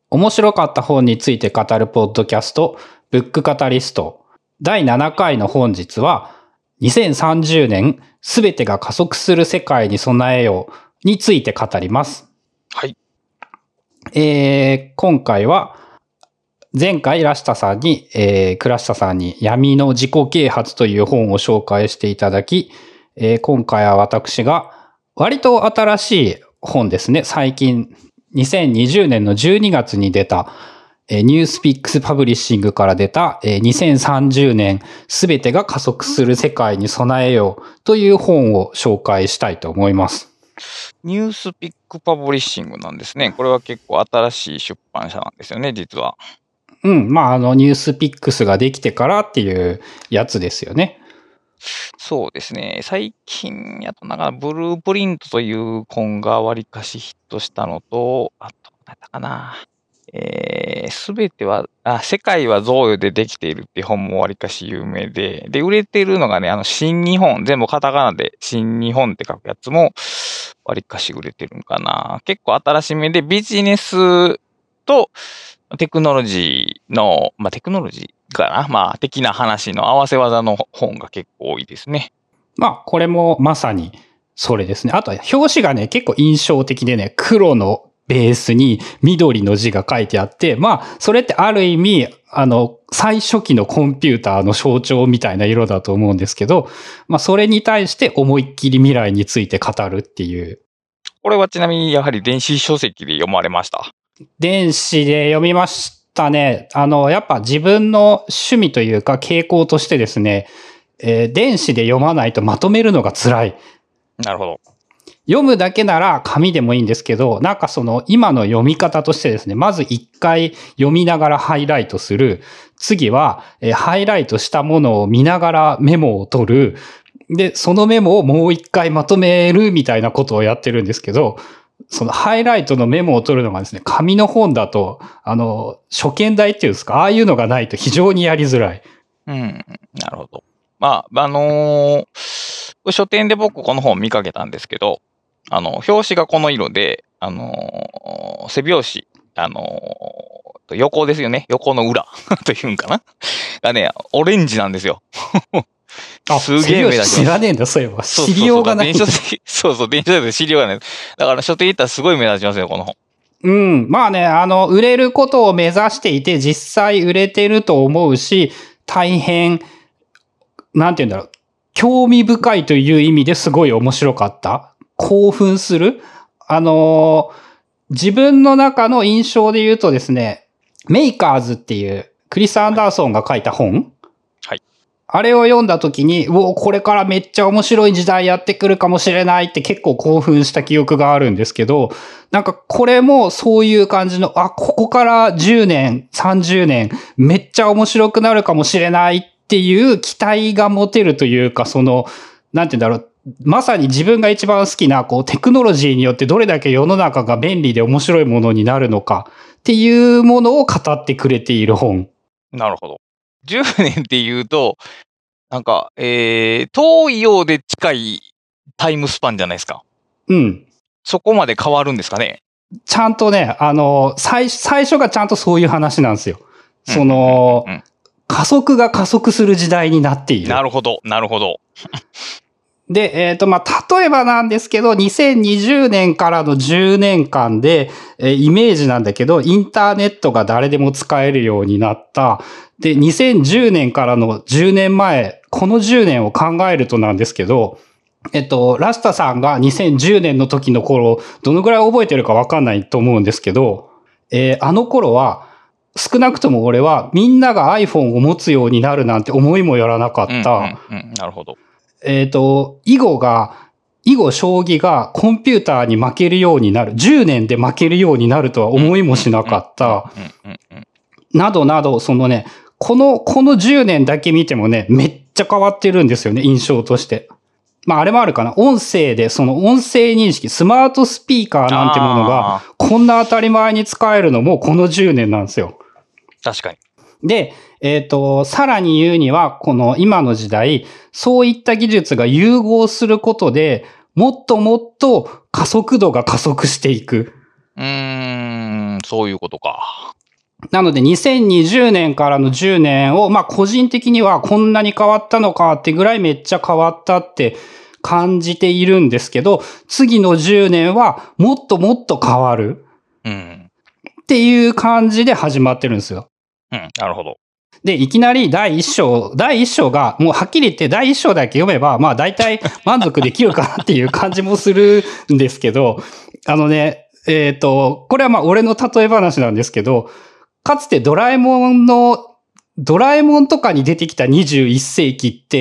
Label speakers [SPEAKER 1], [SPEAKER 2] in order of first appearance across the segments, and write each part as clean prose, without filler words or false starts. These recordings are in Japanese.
[SPEAKER 1] 面白かった本について語るポッドキャスト、ブックカタリスト。第7回の本日は、2030年すべてが加速する世界に備えようについて語ります。
[SPEAKER 2] はい。
[SPEAKER 1] 今回は、前回倉下さんに闇の自己啓発という本を紹介していただき、今回は私が割と新しい本ですね。最近、2020年の12月に出た、ニュースピックスパブリッシングから出た、2030年すべてが加速する世界に備えようという本を紹介したいと思います。
[SPEAKER 2] ニュースピックパブリッシングなんですね。これは結構新しい出版社なんですよね、実は。
[SPEAKER 1] ニュースピックスができてからっていうやつですよね。
[SPEAKER 2] そうですね。最近やとブループリントという本がわりかしヒットしたのと、あと、何だったかな。すべては、世界は贈与でできているって本もわりかし有名で、で、売れてるのがね、新日本、全部カタカナで新日本って書くやつも、わりかし売れてるんかな。結構新しめでビジネスとテクノロジーの、テクノロジーかな。的な話の合わせ技の本が結構多いですね。
[SPEAKER 1] これもまさにそれですね。あと、表紙がね、結構印象的でね、黒のベースに緑の字が書いてあって、それってある意味、最初期のコンピューターの象徴みたいな色だと思うんですけど、それに対して思いっきり未来について語るっていう。
[SPEAKER 2] これはちなみにやはり電子書籍で読まれました？
[SPEAKER 1] 電子で読みましたね。やっぱ自分の趣味というか傾向としてですね、電子で読まないとまとめるのが辛い。
[SPEAKER 2] なるほど。
[SPEAKER 1] 読むだけなら紙でもいいんですけど、今の読み方としてですね、まず一回読みながらハイライトする。次は、ハイライトしたものを見ながらメモを取る。で、そのメモをもう一回まとめるみたいなことをやってるんですけど、そのハイライトのメモを取るのがですね、紙の本だと、初見台っていうんですか、ああいうのがないと非常にやりづらい。
[SPEAKER 2] なるほど。書店で僕この本見かけたんですけど、表紙がこの色で、背表紙、横ですよね。横の裏というんかながね、オレンジなんですよ。
[SPEAKER 1] すげえ目立ちます。知らねえんだ、そういえば。資料がない。
[SPEAKER 2] 電子書籍で資料がない。だから書店行ったらすごい目立ちますよ、この本。
[SPEAKER 1] 売れることを目指していて、実際売れてると思うし、大変、興味深いという意味ですごい面白かった。興奮する。自分の中の印象で言うとですね、メイカーズっていうクリス・アンダーソンが書いた本。
[SPEAKER 2] はい。
[SPEAKER 1] あれを読んだ時に、これからめっちゃ面白い時代やってくるかもしれないって結構興奮した記憶があるんですけど、これもそういう感じの、ここから10年、30年、めっちゃ面白くなるかもしれないっていう期待が持てるというか、まさに自分が一番好きな、テクノロジーによってどれだけ世の中が便利で面白いものになるのかっていうものを語ってくれている本。
[SPEAKER 2] なるほど。10年って言うと、遠いようで近いタイムスパンじゃないですか。
[SPEAKER 1] うん。
[SPEAKER 2] そこまで変わるんですかね。
[SPEAKER 1] ちゃんとね、最初がちゃんとそういう話なんですよ。加速が加速する時代になっている。
[SPEAKER 2] なるほど、なるほど。
[SPEAKER 1] で、例えばなんですけど、2020年からの10年間で、イメージなんだけど、インターネットが誰でも使えるようになった。で、2010年からの10年前、この10年を考えるとなんですけど、ラスタさんが2010年の時の頃、どのぐらい覚えてるかわかんないと思うんですけど、あの頃は、少なくとも俺はみんなが iPhone を持つようになるなんて思いもよらなかった。
[SPEAKER 2] なるほど。
[SPEAKER 1] 囲碁将棋がコンピューターに負けるようになる。10年で負けるようになるとは思いもしなかった。などなど、この10年だけ見てもね、めっちゃ変わってるんですよね、印象として。あれもあるかな。音声で、音声認識、スマートスピーカーなんてものが、こんな当たり前に使えるのもこの10年なんですよ。
[SPEAKER 2] 確かに。
[SPEAKER 1] で、さらに言うには、この今の時代、そういった技術が融合することで、もっともっと加速度が加速していく。
[SPEAKER 2] そういうことか。
[SPEAKER 1] なので2020年からの10年を、まあ個人的にはこんなに変わったのかってぐらいめっちゃ変わったって感じているんですけど、次の10年はもっともっと変わるっていう感じで始まってるんですよ。
[SPEAKER 2] なるほど。
[SPEAKER 1] で、いきなり第一章が、もうはっきり言って第一章だけ読めば、まあ大体満足できるかなっていう感じもするんですけど、これはまあ俺の例え話なんですけど、かつてドラえもんとかに出てきた21世紀って、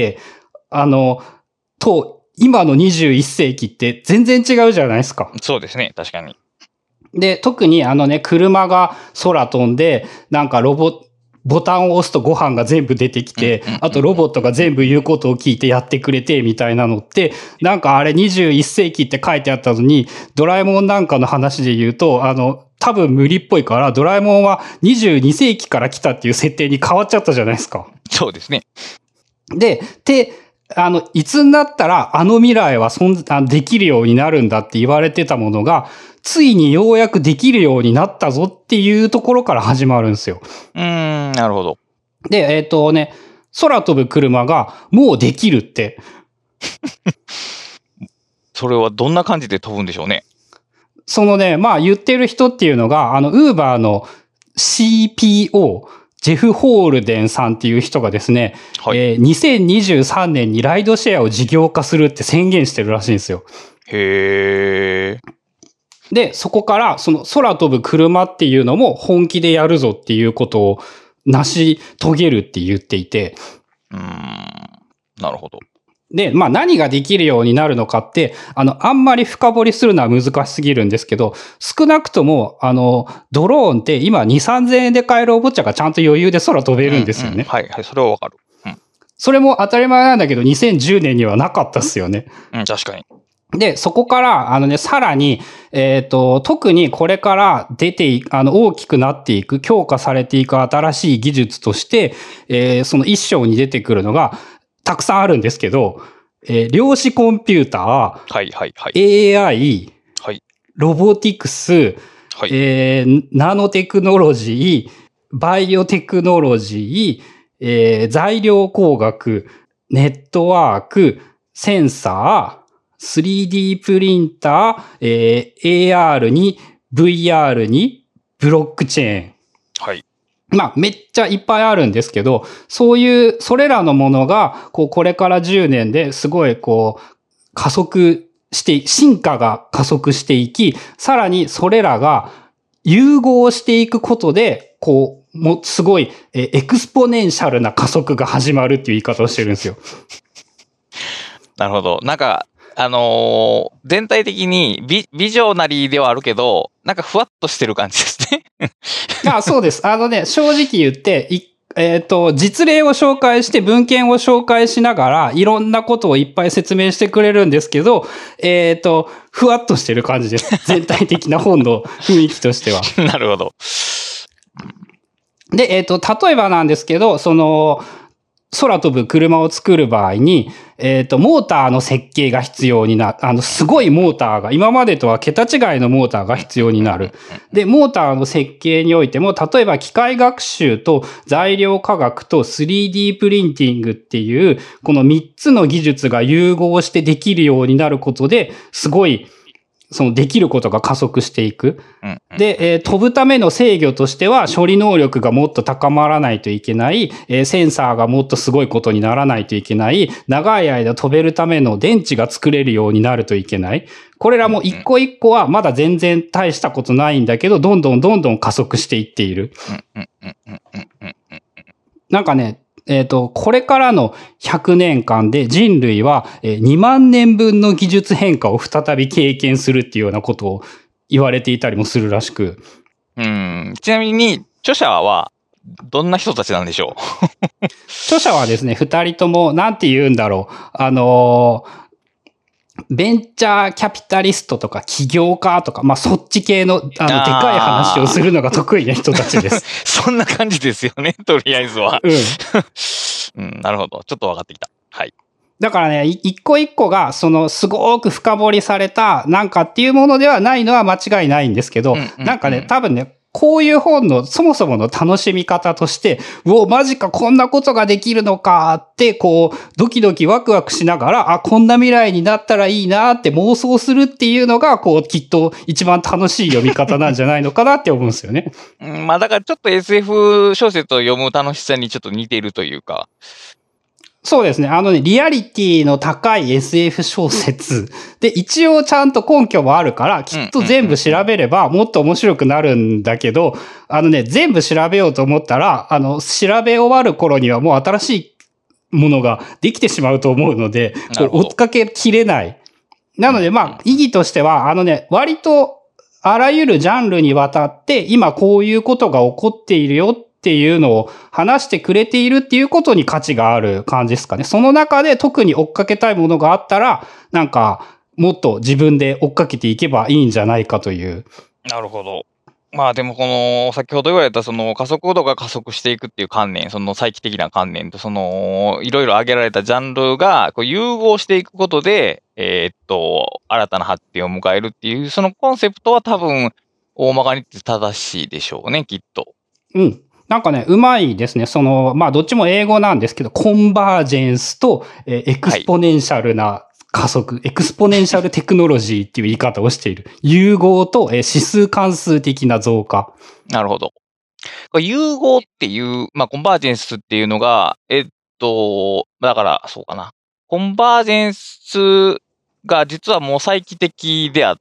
[SPEAKER 1] 今の21世紀って全然違うじゃないですか。
[SPEAKER 2] そうですね、確かに。
[SPEAKER 1] で、特に車が空飛んで、なんかボタンを押すとご飯が全部出てきて、あとロボットが全部言うことを聞いてやってくれてみたいなのって、なんかあれ21世紀って書いてあったのに、ドラえもんなんかの話で言うと、多分無理っぽいから、ドラえもんは22世紀から来たっていう設定に変わっちゃったじゃないですか。
[SPEAKER 2] そうですね。
[SPEAKER 1] で、いつになったら未来はできるようになるんだって言われてたものが、ついにようやくできるようになったぞっていうところから始まるんですよ。
[SPEAKER 2] なるほど。
[SPEAKER 1] で、空飛ぶ車がもうできるって。
[SPEAKER 2] それはどんな感じで飛ぶんでしょうね。
[SPEAKER 1] まあ言ってる人っていうのが、ウーバーの CPO、ジェフ・ホールデンさんっていう人がですね、2023年にライドシェアを事業化するって宣言してるらしいんですよ。
[SPEAKER 2] へー。
[SPEAKER 1] で、そこから空飛ぶ車っていうのも本気でやるぞっていうことを成し遂げるって言っていて。
[SPEAKER 2] なるほど。
[SPEAKER 1] で、まあ何ができるようになるのかって、あんまり深掘りするのは難しすぎるんですけど、少なくとも、ドローンって今2、3000円で買えるおもちゃがちゃんと余裕で空飛べるんですよね。
[SPEAKER 2] はいはい、それはわかる。
[SPEAKER 1] それも当たり前なんだけど、2010年にはなかったっすよね。
[SPEAKER 2] 確かに。
[SPEAKER 1] で、そこから、さらに、特にこれから大きくなっていく、強化されていく新しい技術として、その一章に出てくるのが、たくさんあるんですけど、量子コンピューター、
[SPEAKER 2] はいはいはい、
[SPEAKER 1] AI、
[SPEAKER 2] はい、
[SPEAKER 1] ロボティクス、
[SPEAKER 2] はい、
[SPEAKER 1] ナノテクノロジー、バイオテクノロジー、材料工学、ネットワーク、センサー、3D プリンター、AR に VR にブロックチェーン。
[SPEAKER 2] はい。
[SPEAKER 1] まあ、めっちゃいっぱいあるんですけど、それらのものが、これから10年ですごい、進化が加速していき、さらにそれらが融合していくことで、すごい、エクスポネンシャルな加速が始まるっていう言い方をしてるんですよ。
[SPEAKER 2] なるほど。なんか、全体的にビジョナリーではあるけど、なんかふわっとしてる感じですね。
[SPEAKER 1] そうです。正直言って、実例を紹介して文献を紹介しながら、いろんなことをいっぱい説明してくれるんですけど、ふわっとしてる感じです。全体的な本の雰囲気としては。
[SPEAKER 2] なるほど。
[SPEAKER 1] で、例えばなんですけど、空飛ぶ車を作る場合に、モーターの設計が必要になる。すごいモーターが、今までとは桁違いのモーターが必要になる。で、モーターの設計においても、例えば機械学習と材料科学と 3D プリンティングっていう、この3つの技術が融合してできるようになることで、すごい、できることが加速していく。で、飛ぶための制御としては、処理能力がもっと高まらないといけない、センサーがもっとすごいことにならないといけない、長い間飛べるための電池が作れるようになるといけない。これらも一個一個はまだ全然大したことないんだけど、どんどん加速していっている。なんかね、これからの100年間で人類は2万年分の技術変化を再び経験するっていうようなことを言われていたりもするらしく。
[SPEAKER 2] ちなみに、著者はどんな人たちなんでしょ
[SPEAKER 1] う著者はですね、2人とも、なんて言うんだろう。ベンチャーキャピタリストとか起業家とか、まあそっち系の、でかい話をするのが得意な人たちです。
[SPEAKER 2] そんな感じですよね、とりあえずは。なるほど。ちょっと分かってきた。はい。
[SPEAKER 1] だからね、一個一個が、すごく深掘りされた、なんかっていうものではないのは間違いないんですけど、なんかね、多分ね、こういう本のそもそもの楽しみ方として、マジかこんなことができるのかって、ドキドキワクワクしながら、こんな未来になったらいいなって妄想するっていうのが、きっと一番楽しい読み方なんじゃないのかなって思うんですよね。
[SPEAKER 2] まあだからちょっと SF 小説を読む楽しさにちょっと似ているというか。
[SPEAKER 1] そうですね。リアリティの高い SF 小説。で、一応ちゃんと根拠もあるから、きっと全部調べればもっと面白くなるんだけど、全部調べようと思ったら、調べ終わる頃にはもう新しいものができてしまうと思うので、追っかけきれない。なので、意義としては、割とあらゆるジャンルにわたって、今こういうことが起こっているよっていうのを話してくれているっていうことに価値がある感じですかね。その中で特に追っかけたいものがあったら、なんか、もっと自分で追っかけていけばいいんじゃないかという。
[SPEAKER 2] なるほど。まあでも先ほど言われた加速度が加速していくっていう観念、再帰的な観念と、いろいろ挙げられたジャンルが融合していくことで、新たな発展を迎えるっていう、そのコンセプトは多分、大まかにって正しいでしょうね、きっと。
[SPEAKER 1] うん。なんかね、うまいですね。どっちも英語なんですけど、コンバージェンスと、エクスポネンシャルな加速、エクスポネンシャルテクノロジーっていう言い方をしている。融合と、指数関数的な増加。
[SPEAKER 2] なるほど。融合っていう、コンバージェンスっていうのが、だから、そうかな。コンバージェンスが実はもう再帰的であって、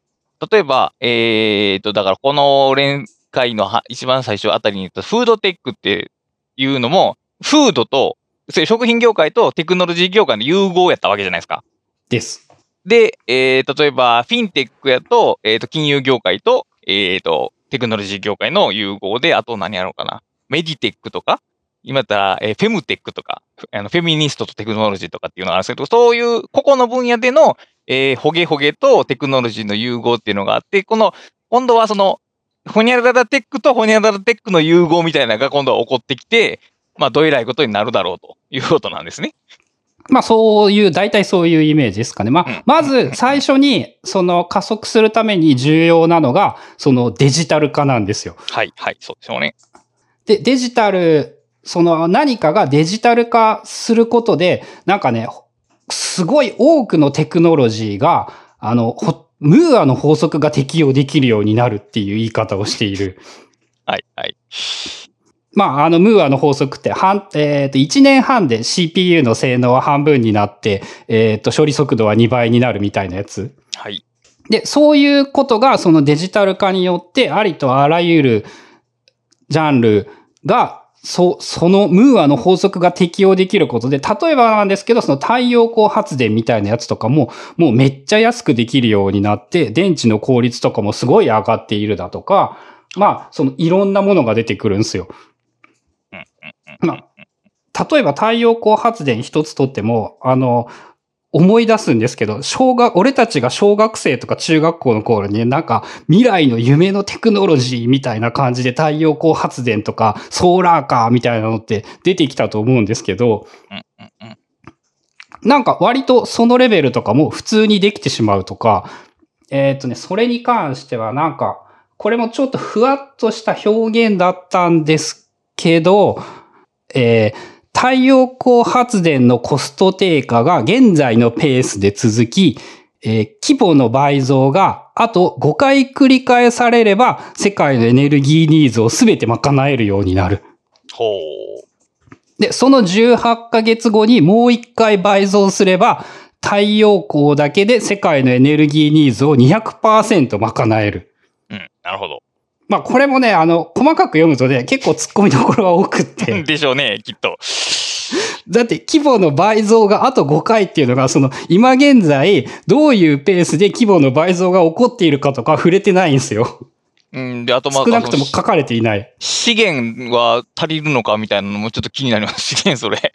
[SPEAKER 2] 例えば、だからこの連回の一番最初あたりに言ったフードテックっていうのも、フードと、食品業界とテクノロジー業界の融合やったわけじゃないですか。
[SPEAKER 1] です。
[SPEAKER 2] で、例えば、フィンテックやと、金融業界と、テクノロジー業界の融合で、あと何やろうかな。メディテックとか、今だったら、フェムテックとか、フェミニストとテクノロジーとかっていうのがあるんですけど、そういう、個々の分野での、ホゲホゲとテクノロジーの融合っていうのがあって、今度はホニャララテックとホニャララテックの融合みたいなのが今度は起こってきて、どえらいことになるだろうということなんですね。
[SPEAKER 1] 大体そういうイメージですかね。まず最初に、加速するために重要なのが、デジタル化なんですよ。
[SPEAKER 2] はい、はい、そうでしょうね。
[SPEAKER 1] で、デジタル、何かがデジタル化することで、なんかね、すごい多くのテクノロジーが、ムーアの法則が適用できるようになるっていう言い方をしている。
[SPEAKER 2] はい、はい。
[SPEAKER 1] ムーアの法則って、1年半で CPU の性能は半分になって、処理速度は2倍になるみたいなやつ。
[SPEAKER 2] はい。
[SPEAKER 1] で、そういうことが、そのデジタル化によって、ありとあらゆるジャンルが、そのムーアの法則が適用できることで、例えばなんですけど、その太陽光発電みたいなやつとかも、もうめっちゃ安くできるようになって、電池の効率とかもすごい上がっているだとか、いろんなものが出てくるんですよ。例えば太陽光発電一つとっても、思い出すんですけど、俺たちが小学生とか中学校の頃になんか未来の夢のテクノロジーみたいな感じで太陽光発電とかソーラーカーみたいなのって出てきたと思うんですけど、なんか割とそのレベルとかも普通にできてしまうとか、それに関してはなんか、これもちょっとふわっとした表現だったんですけど、太陽光発電のコスト低下が現在のペースで続き、規模の倍増があと5回繰り返されれば世界のエネルギーニーズをすべて賄えるようになる。
[SPEAKER 2] ほう。
[SPEAKER 1] で、その18ヶ月後にもう1回倍増すれば太陽光だけで世界のエネルギーニーズを 200% 賄える。
[SPEAKER 2] うん、なるほど。
[SPEAKER 1] これもね、細かく読むとね、結構突っ込みどころが多くって。
[SPEAKER 2] でしょうね、きっと。
[SPEAKER 1] だって規模の倍増があと5回っていうのが、今現在、どういうペースで規模の倍増が起こっているかとか触れてないんですよ。
[SPEAKER 2] で、あと
[SPEAKER 1] 少なくとも書かれていない。
[SPEAKER 2] 資源は足りるのかみたいなのもちょっと気になります。資源それ。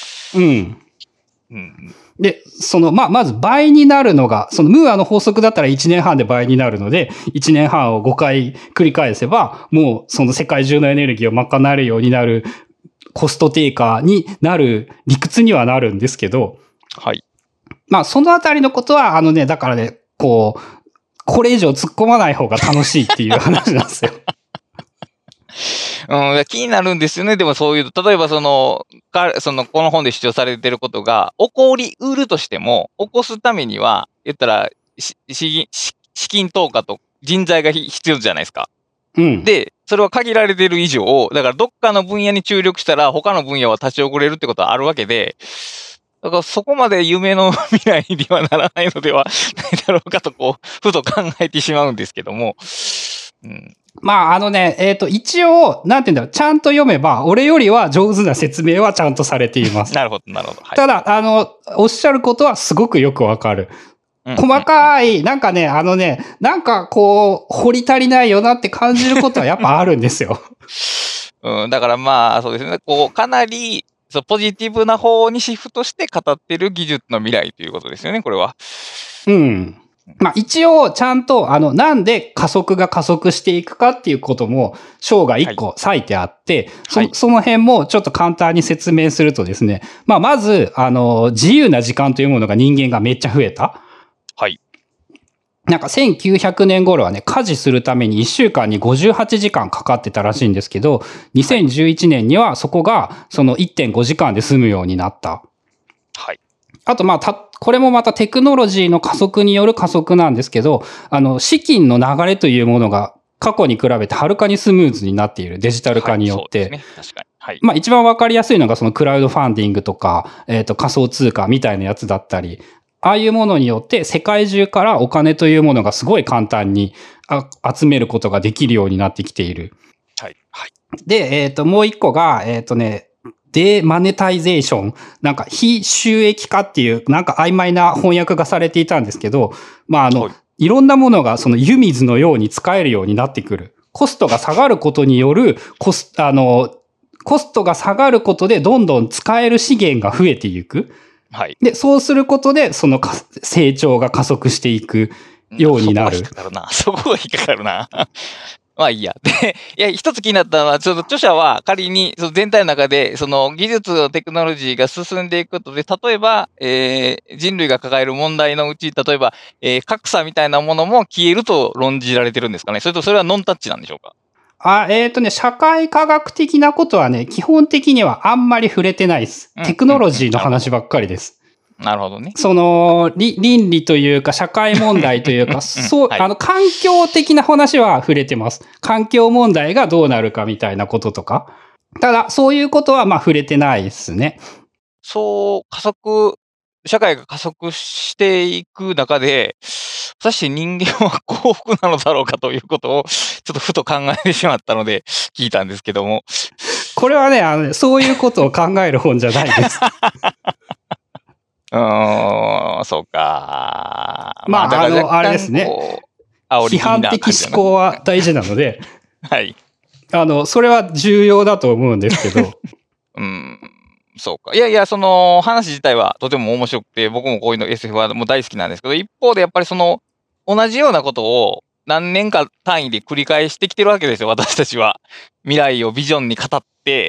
[SPEAKER 2] で、まず倍になるのが、ムーアの法則だったら1年半で倍になるので、1年半を5回繰り返せば、もう世界中のエネルギーを賄えるようになるコスト低下になる理屈にはなるんですけど、 はい。
[SPEAKER 1] まあ、そのあたりのことは、だからね、これ以上突っ込まない方が楽しいっていう話なんですよ。
[SPEAKER 2] 気になるんですよね。でもそういう、例えばこの本で主張されてることが、起こりうるとしても、起こすためには、言ったら、資金投下と人材が必要じゃないですか。
[SPEAKER 1] うん。
[SPEAKER 2] で、それは限られてる以上、だからどっかの分野に注力したら、他の分野は立ち遅れるってことはあるわけで、だからそこまで夢の未来にはならないのではないだろうかと、ふと考えてしまうんですけども。うん、
[SPEAKER 1] まあ、一応、なんて言うんだろう、ちゃんと読めば、俺よりは上手な説明はちゃんとされています。
[SPEAKER 2] なるほど、なるほど。はい、
[SPEAKER 1] ただ、おっしゃることはすごくよくわかる。細かい、なんかね、なんか掘り足りないよなって感じることはやっぱあるんですよ。
[SPEAKER 2] だからまあ、そうですね。かなり、ポジティブな方にシフトして語ってる技術の未来ということですよね、これは。
[SPEAKER 1] うん。まあ一応ちゃんとなんで加速が加速していくかっていうことも章が一個割いてあって、はい、その辺もちょっと簡単に説明するとですね、まあまず自由な時間というものが人間がめっちゃ増えた。
[SPEAKER 2] はい。
[SPEAKER 1] なんか1900年頃はね、家事するために1週間に58時間かかってたらしいんですけど、2011年にはそこがその 1.5 時間で済むようになった。
[SPEAKER 2] はい。
[SPEAKER 1] あと、まあ、これもまたテクノロジーの加速による加速なんですけど、資金の流れというものが過去に比べてはるかにスムーズになっている、デジタル化によって。はい、そうですね。確かに。はい。まあ、一番わかりやすいのがそのクラウドファンディングとか、仮想通貨みたいなやつだったり、ああいうものによって世界中からお金というものがすごい簡単に集めることができるようになってきている。
[SPEAKER 2] はい。はい。
[SPEAKER 1] で、もう一個が、デマネタイゼーション。なんか非収益化っていう、なんか曖昧な翻訳がされていたんですけど、まあいろんなものがその湯水のように使えるようになってくる。コストが下がることによる、コストが下がることでどんどん使える資源が増えていく。はい。で、そうすることで、その成長が加速していくようになる。
[SPEAKER 2] そこが引っかかるな。まあいいや。で、いや、一つ気になったのは、著者は仮に全体の中で、その技術、テクノロジーが進んでいくことで、例えば、人類が抱える問題のうち、例えば、格差みたいなものも消えると論じられてるんですかね。それはノンタッチなんでしょうか。
[SPEAKER 1] 社会科学的なことはね、基本的にはあんまり触れてないです。テクノロジーの話ばっかりです。
[SPEAKER 2] なるほどね。
[SPEAKER 1] その、倫理というか、社会問題というか、そう、はい、環境的な話は触れてます。環境問題がどうなるかみたいなこととか。ただ、そういうことはまあ触れてないですね。
[SPEAKER 2] 社会が加速していく中で、果たして人間は幸福なのだろうかということを、ちょっとふと考えてしまったので、聞いたんですけども。
[SPEAKER 1] これはね、そういうことを考える本じゃないです。
[SPEAKER 2] そうか。
[SPEAKER 1] まあ、あれですね。批判的思考は大事なので、
[SPEAKER 2] はい。
[SPEAKER 1] それは重要だと思うんですけど。
[SPEAKER 2] そうか。いやいや、その話自体はとても面白くて、僕もこういうの SF はもう大好きなんですけど、一方でやっぱり同じようなことを何年か単位で繰り返してきてるわけですよ、私たちは。未来をビジョンに語って、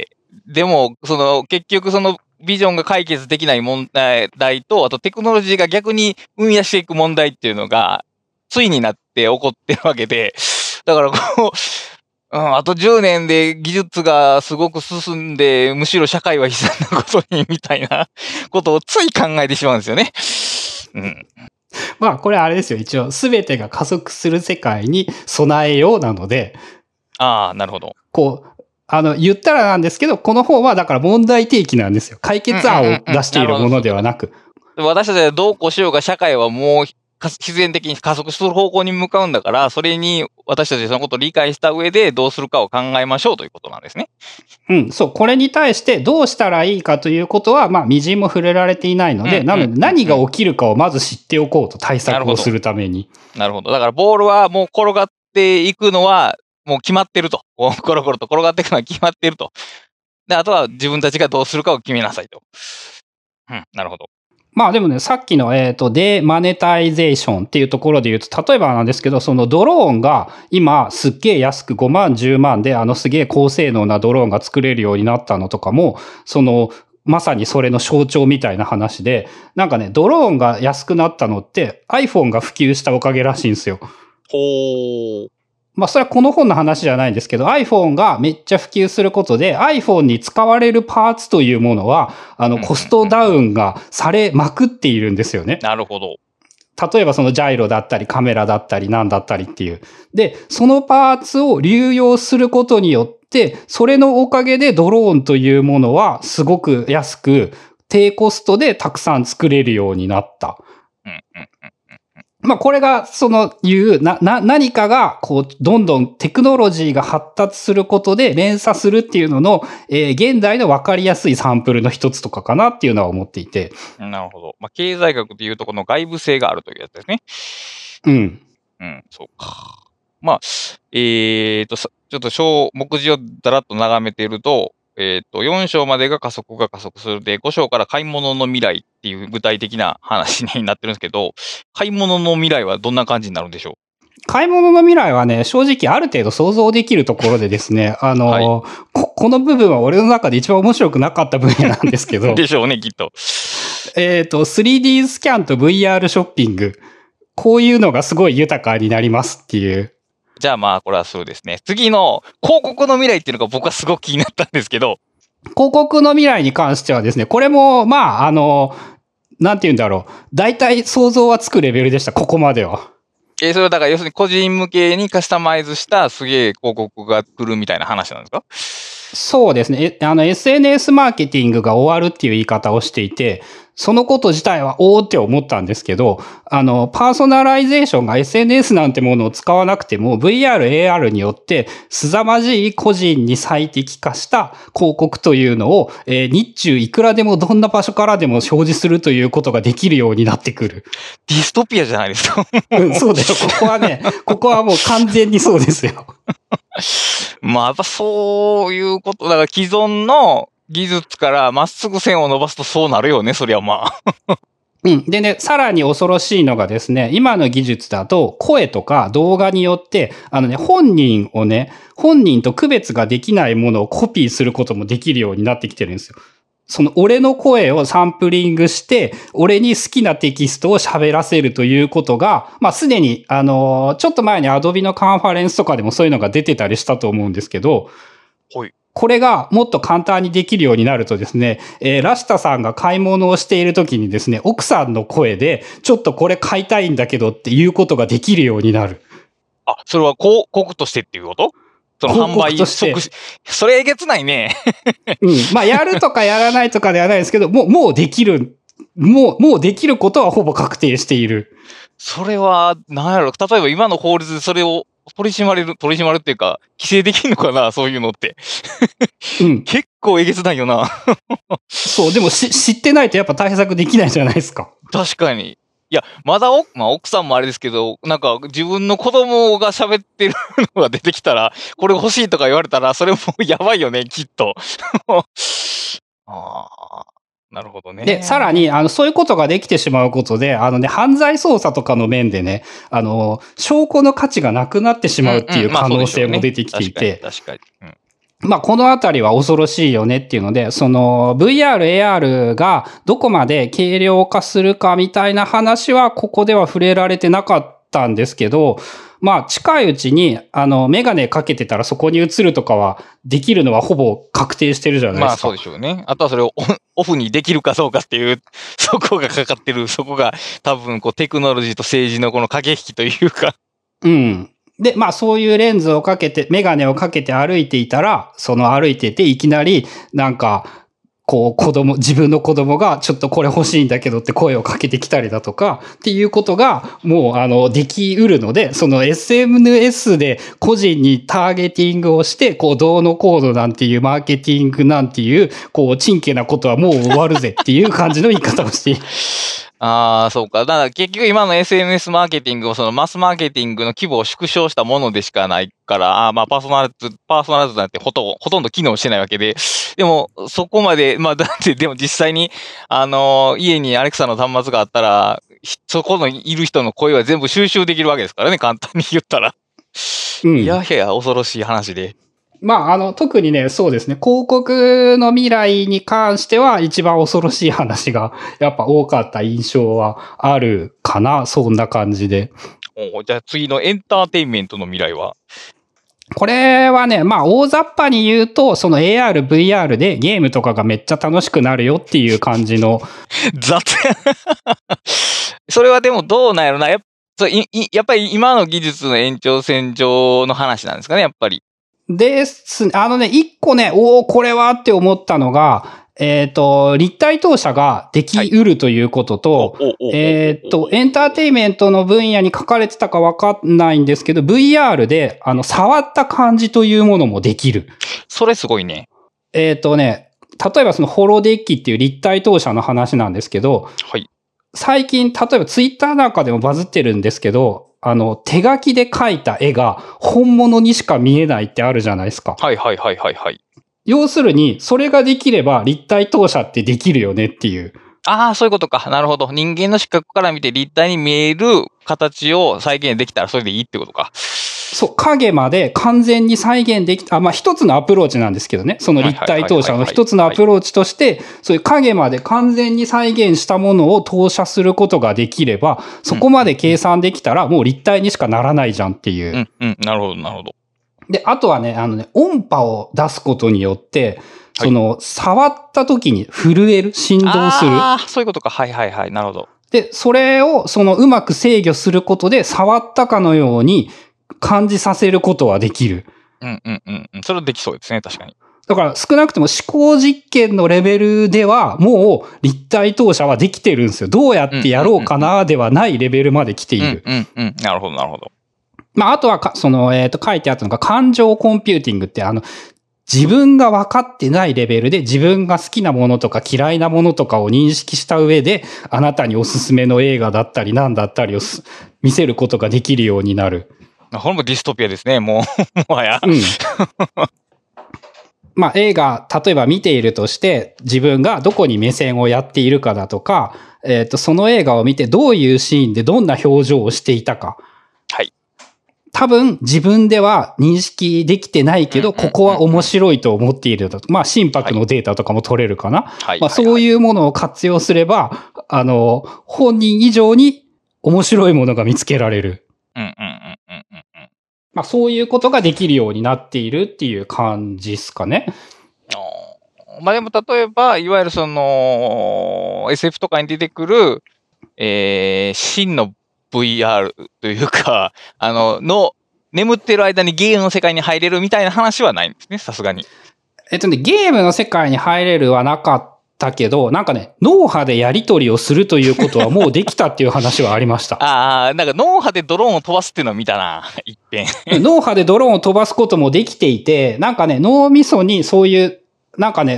[SPEAKER 2] でも、結局ビジョンが解決できない問題と、あとテクノロジーが逆に生み出していく問題っていうのが、ついになって起こってるわけで、だからあと10年で技術がすごく進んで、むしろ社会は悲惨なことに、みたいなことをつい考えてしまうんですよね。
[SPEAKER 1] まあ、これあれですよ。一応、すべてが加速する世界に備えようなので。
[SPEAKER 2] ああ、なるほど。
[SPEAKER 1] 言ったらなんですけど、この本はだから問題提起なんですよ。解決案を出しているものではなく。
[SPEAKER 2] 私たちはどうこうしようが社会はもう必然的に加速する方向に向かうんだから、それに私たちそのことを理解した上でどうするかを考えましょうということなんですね。
[SPEAKER 1] そう。これに対してどうしたらいいかということは、まあ、微塵も触れられていないので、なので何が起きるかをまず知っておこうと、対策をするために。
[SPEAKER 2] なるほど。だからボールはもう転がっていくのはもう決まってると。コロコロと転がっていくのは決まってると。で、あとは自分たちがどうするかを決めなさいと。なるほど。
[SPEAKER 1] まあでもね、さっきの、デマネタイゼーションっていうところで言うと、例えばなんですけど、そのドローンが今すっげえ安く5万、10万ですげえ高性能なドローンが作れるようになったのとかも、 まさにそれの象徴みたいな話で、なんかね、ドローンが安くなったのって iPhone が普及したおかげらしいんですよ。
[SPEAKER 2] ほー。
[SPEAKER 1] まあ、それはこの本の話じゃないんですけど、iPhone がめっちゃ普及することで、iPhone に使われるパーツというものは、コストダウンがされまくっているんですよね。
[SPEAKER 2] なるほど。
[SPEAKER 1] 例えばそのジャイロだったりカメラだったりなんだったりっていう。で、そのパーツを流用することによって、それのおかげでドローンというものはすごく安く、低コストでたくさん作れるようになった。まあこれが何かがこうどんどんテクノロジーが発達することで連鎖するっていうのの、現代の分かりやすいサンプルの一つとかかなっていうのは思っていて。
[SPEAKER 2] なるほど。まあ経済学でいうとこの外部性があるというやつですね。
[SPEAKER 1] うん。
[SPEAKER 2] うん、そうか。まあ、ちょっと目次をだらっと眺めていると、4章までが加速するで、5章から買い物の未来っていう具体的な話になってるんですけど、買い物の未来はどんな感じになるんでしょう？
[SPEAKER 1] 買い物の未来はね、正直ある程度想像できるところでですね、はい、この部分は俺の中で一番面白くなかった分野なんですけど。
[SPEAKER 2] でしょうね、きっと。
[SPEAKER 1] 3D スキャンと VR ショッピング。こういうのがすごい豊かになりますっていう。
[SPEAKER 2] じゃあまあ、これはそうですね。次の広告の未来っていうのが僕はすごく気になったんですけど。
[SPEAKER 1] 広告の未来に関してはですね、これも、まあ、なんて言うんだろう。大体想像はつくレベルでした、ここまでは。
[SPEAKER 2] それはだから要するに個人向けにカスタマイズしたすげえ広告が来るみたいな話なんですか？
[SPEAKER 1] そうですね。SNS マーケティングが終わるっていう言い方をしていて、そのこと自体はおーって思ったんですけど、パーソナライゼーションが SNS なんてものを使わなくても VR、AR によって凄まじい個人に最適化した広告というのを、日中いくらでもどんな場所からでも表示するということができるようになってくる。
[SPEAKER 2] ディストピアじゃないですか。
[SPEAKER 1] うん、そうだよ。ここはもう完全にそうですよ。
[SPEAKER 2] まあ、やっぱそういうこと、だから既存の技術からまっすぐ線を伸ばすとそうなるよね、そりゃまあ。
[SPEAKER 1] うん。でね、さらに恐ろしいのがですね、今の技術だと声とか動画によって、本人と区別ができないものをコピーすることもできるようになってきてるんですよ。その俺の声をサンプリングして、俺に好きなテキストを喋らせるということが、まあすでに、ちょっと前に Adobe のカンファレンスとかでもそういうのが出てたりしたと思うんですけど、
[SPEAKER 2] はい。
[SPEAKER 1] これがもっと簡単にできるようになるとですね、ラシタさんが買い物をしている時にですね、奥さんの声で、ちょっとこれ買いたいんだけどっていうことができるようになる。
[SPEAKER 2] あ、それは広告としてっていうこと？その販売促進。それえげつないね。
[SPEAKER 1] うん。まあ、やるとかやらないとかではないですけど、もうできる。もうできることはほぼ確定している。
[SPEAKER 2] それは、なんやろ、例えば今の法律でそれを取り締まるっていうか、規制できるのかな、そういうのって。
[SPEAKER 1] うん。
[SPEAKER 2] 結構えげつないよな。
[SPEAKER 1] そう、でも知ってないとやっぱ対策できないじゃないですか。
[SPEAKER 2] 確かに。いや、まだまあ奥さんもあれですけど、なんか自分の子供が喋ってるのが出てきたら、これ欲しいとか言われたら、それもやばいよね、きっと。ああ、なるほどね。
[SPEAKER 1] で、さらに、そういうことができてしまうことで、犯罪捜査とかの面でね、証拠の価値がなくなってしまうっていう可能性も出てきていて、
[SPEAKER 2] 確かに。
[SPEAKER 1] まあ、このあたりは恐ろしいよねっていうので、その VR、AR がどこまで軽量化するかみたいな話は、ここでは触れられてなかったんですけど、まあ、近いうちに、メガネかけてたらそこに映るとかは、できるのはほぼ確定してるじゃないですか。
[SPEAKER 2] まあ、そうでしょうね。あとはそれをオフにできるかどうかっていう、そこがかかってる、そこが多分、テクノロジーと政治のこの駆け引きというか。
[SPEAKER 1] うん。で、まあそういうレンズをかけて、メガネをかけて歩いていたら、歩いてていきなり、なんか、こう自分の子供がちょっとこれ欲しいんだけどって声をかけてきたりだとかっていうことがもうできうるので、その SNS で個人にターゲティングをして、どうのコードなんていうマーケティングなんていう、ちんけなことはもう終わるぜっていう感じの言い方をしている。
[SPEAKER 2] ああ、そうか。だから結局今の SNS マーケティングをそのマスマーケティングの規模を縮小したものでしかないから、まあパーソナライズなんてほとんど機能してないわけで、でもそこまで、まあだってでも実際に、家にアレクサの端末があったら、そこのいる人の声は全部収集できるわけですからね、簡単に言ったら。
[SPEAKER 1] うん。
[SPEAKER 2] いやいや、恐ろしい話で。
[SPEAKER 1] まあ、特にね、そうですね、広告の未来に関しては一番恐ろしい話がやっぱ多かった印象はあるかな、そんな感じで。
[SPEAKER 2] じゃあ次のエンターテインメントの未来は？
[SPEAKER 1] これはね、まあ大雑把に言うと、その AR、VR でゲームとかがめっちゃ楽しくなるよっていう感じの。
[SPEAKER 2] 雑それはでもどうなんやろな。やっぱり今の技術の延長線上の話なんですかね、やっぱり。
[SPEAKER 1] ですね、一個ね、これはって思ったのが、立体投射ができうるということと、エンターテイメントの分野に書かれてたかわかんないんですけど、VR で、触った感じというものもできる。
[SPEAKER 2] それすごいね。
[SPEAKER 1] 例えばそのホロデッキっていう立体投射の話なんですけど、
[SPEAKER 2] はい。
[SPEAKER 1] 最近、例えばツイッターなんかでもバズってるんですけど、手書きで描いた絵が本物にしか見えないってあるじゃないですか。
[SPEAKER 2] はいはいはいはいはい。
[SPEAKER 1] 要するに、それができれば立体投射ってできるよねっていう。
[SPEAKER 2] ああ、そういうことか。なるほど。人間の視覚から見て立体に見える形を再現できたらそれでいいってことか。
[SPEAKER 1] そう、影まで完全に再現できた、まあ一つのアプローチなんですけどね。その立体投射の一つのアプローチとして、そういう影まで完全に再現したものを投射することができれば、そこまで計算できたらもう立体にしかならないじゃんっていう。
[SPEAKER 2] なるほど、なるほど。
[SPEAKER 1] で、あとはね、音波を出すことによって、触った時に震える、振動する。
[SPEAKER 2] ああ、そういうことか。はいはいはい。なるほど。
[SPEAKER 1] で、それを、うまく制御することで、触ったかのように感じさせることはできる。
[SPEAKER 2] それはできそうですね、確かに。
[SPEAKER 1] だから、少なくとも思考実験のレベルでは、もう立体投射はできてるんですよ。どうやってやろうかな、ではないレベルまで来ている。
[SPEAKER 2] なるほど、なるほど。
[SPEAKER 1] まあ、あとは書いてあったのが、感情コンピューティングって、自分が分かってないレベルで自分が好きなものとか嫌いなものとかを認識した上で、あなたにおすすめの映画だったり何だったりを見せることができるようになる。
[SPEAKER 2] これもディストピアですね、もはや。
[SPEAKER 1] まあ映画、例えば見ているとして、自分がどこに目線をやっているかだとか、その映画を見てどういうシーンでどんな表情をしていたか。
[SPEAKER 2] はい。
[SPEAKER 1] 多分自分では認識できてないけど、ここは面白いと思っているだと。まあ心拍のデータとかも取れるかな。まあそういうものを活用すれば、本人以上に面白いものが見つけられる。まあそういうことができるようになっているっていう感じですかね。
[SPEAKER 2] まあでも例えば、いわゆるSF とかに出てくる、真のVR というか、眠ってる間にゲームの世界に入れるみたいな話はないんですね、さすがに。
[SPEAKER 1] ゲームの世界に入れるはなかったけど、なんかね、脳波でやり取りをするということはもうできたっていう話はありました。
[SPEAKER 2] なんか脳波でドローンを飛ばすっていうのを見たな、一遍。
[SPEAKER 1] 脳波でドローンを飛ばすこともできていて、なんかね、脳みそにそういう、なんかね、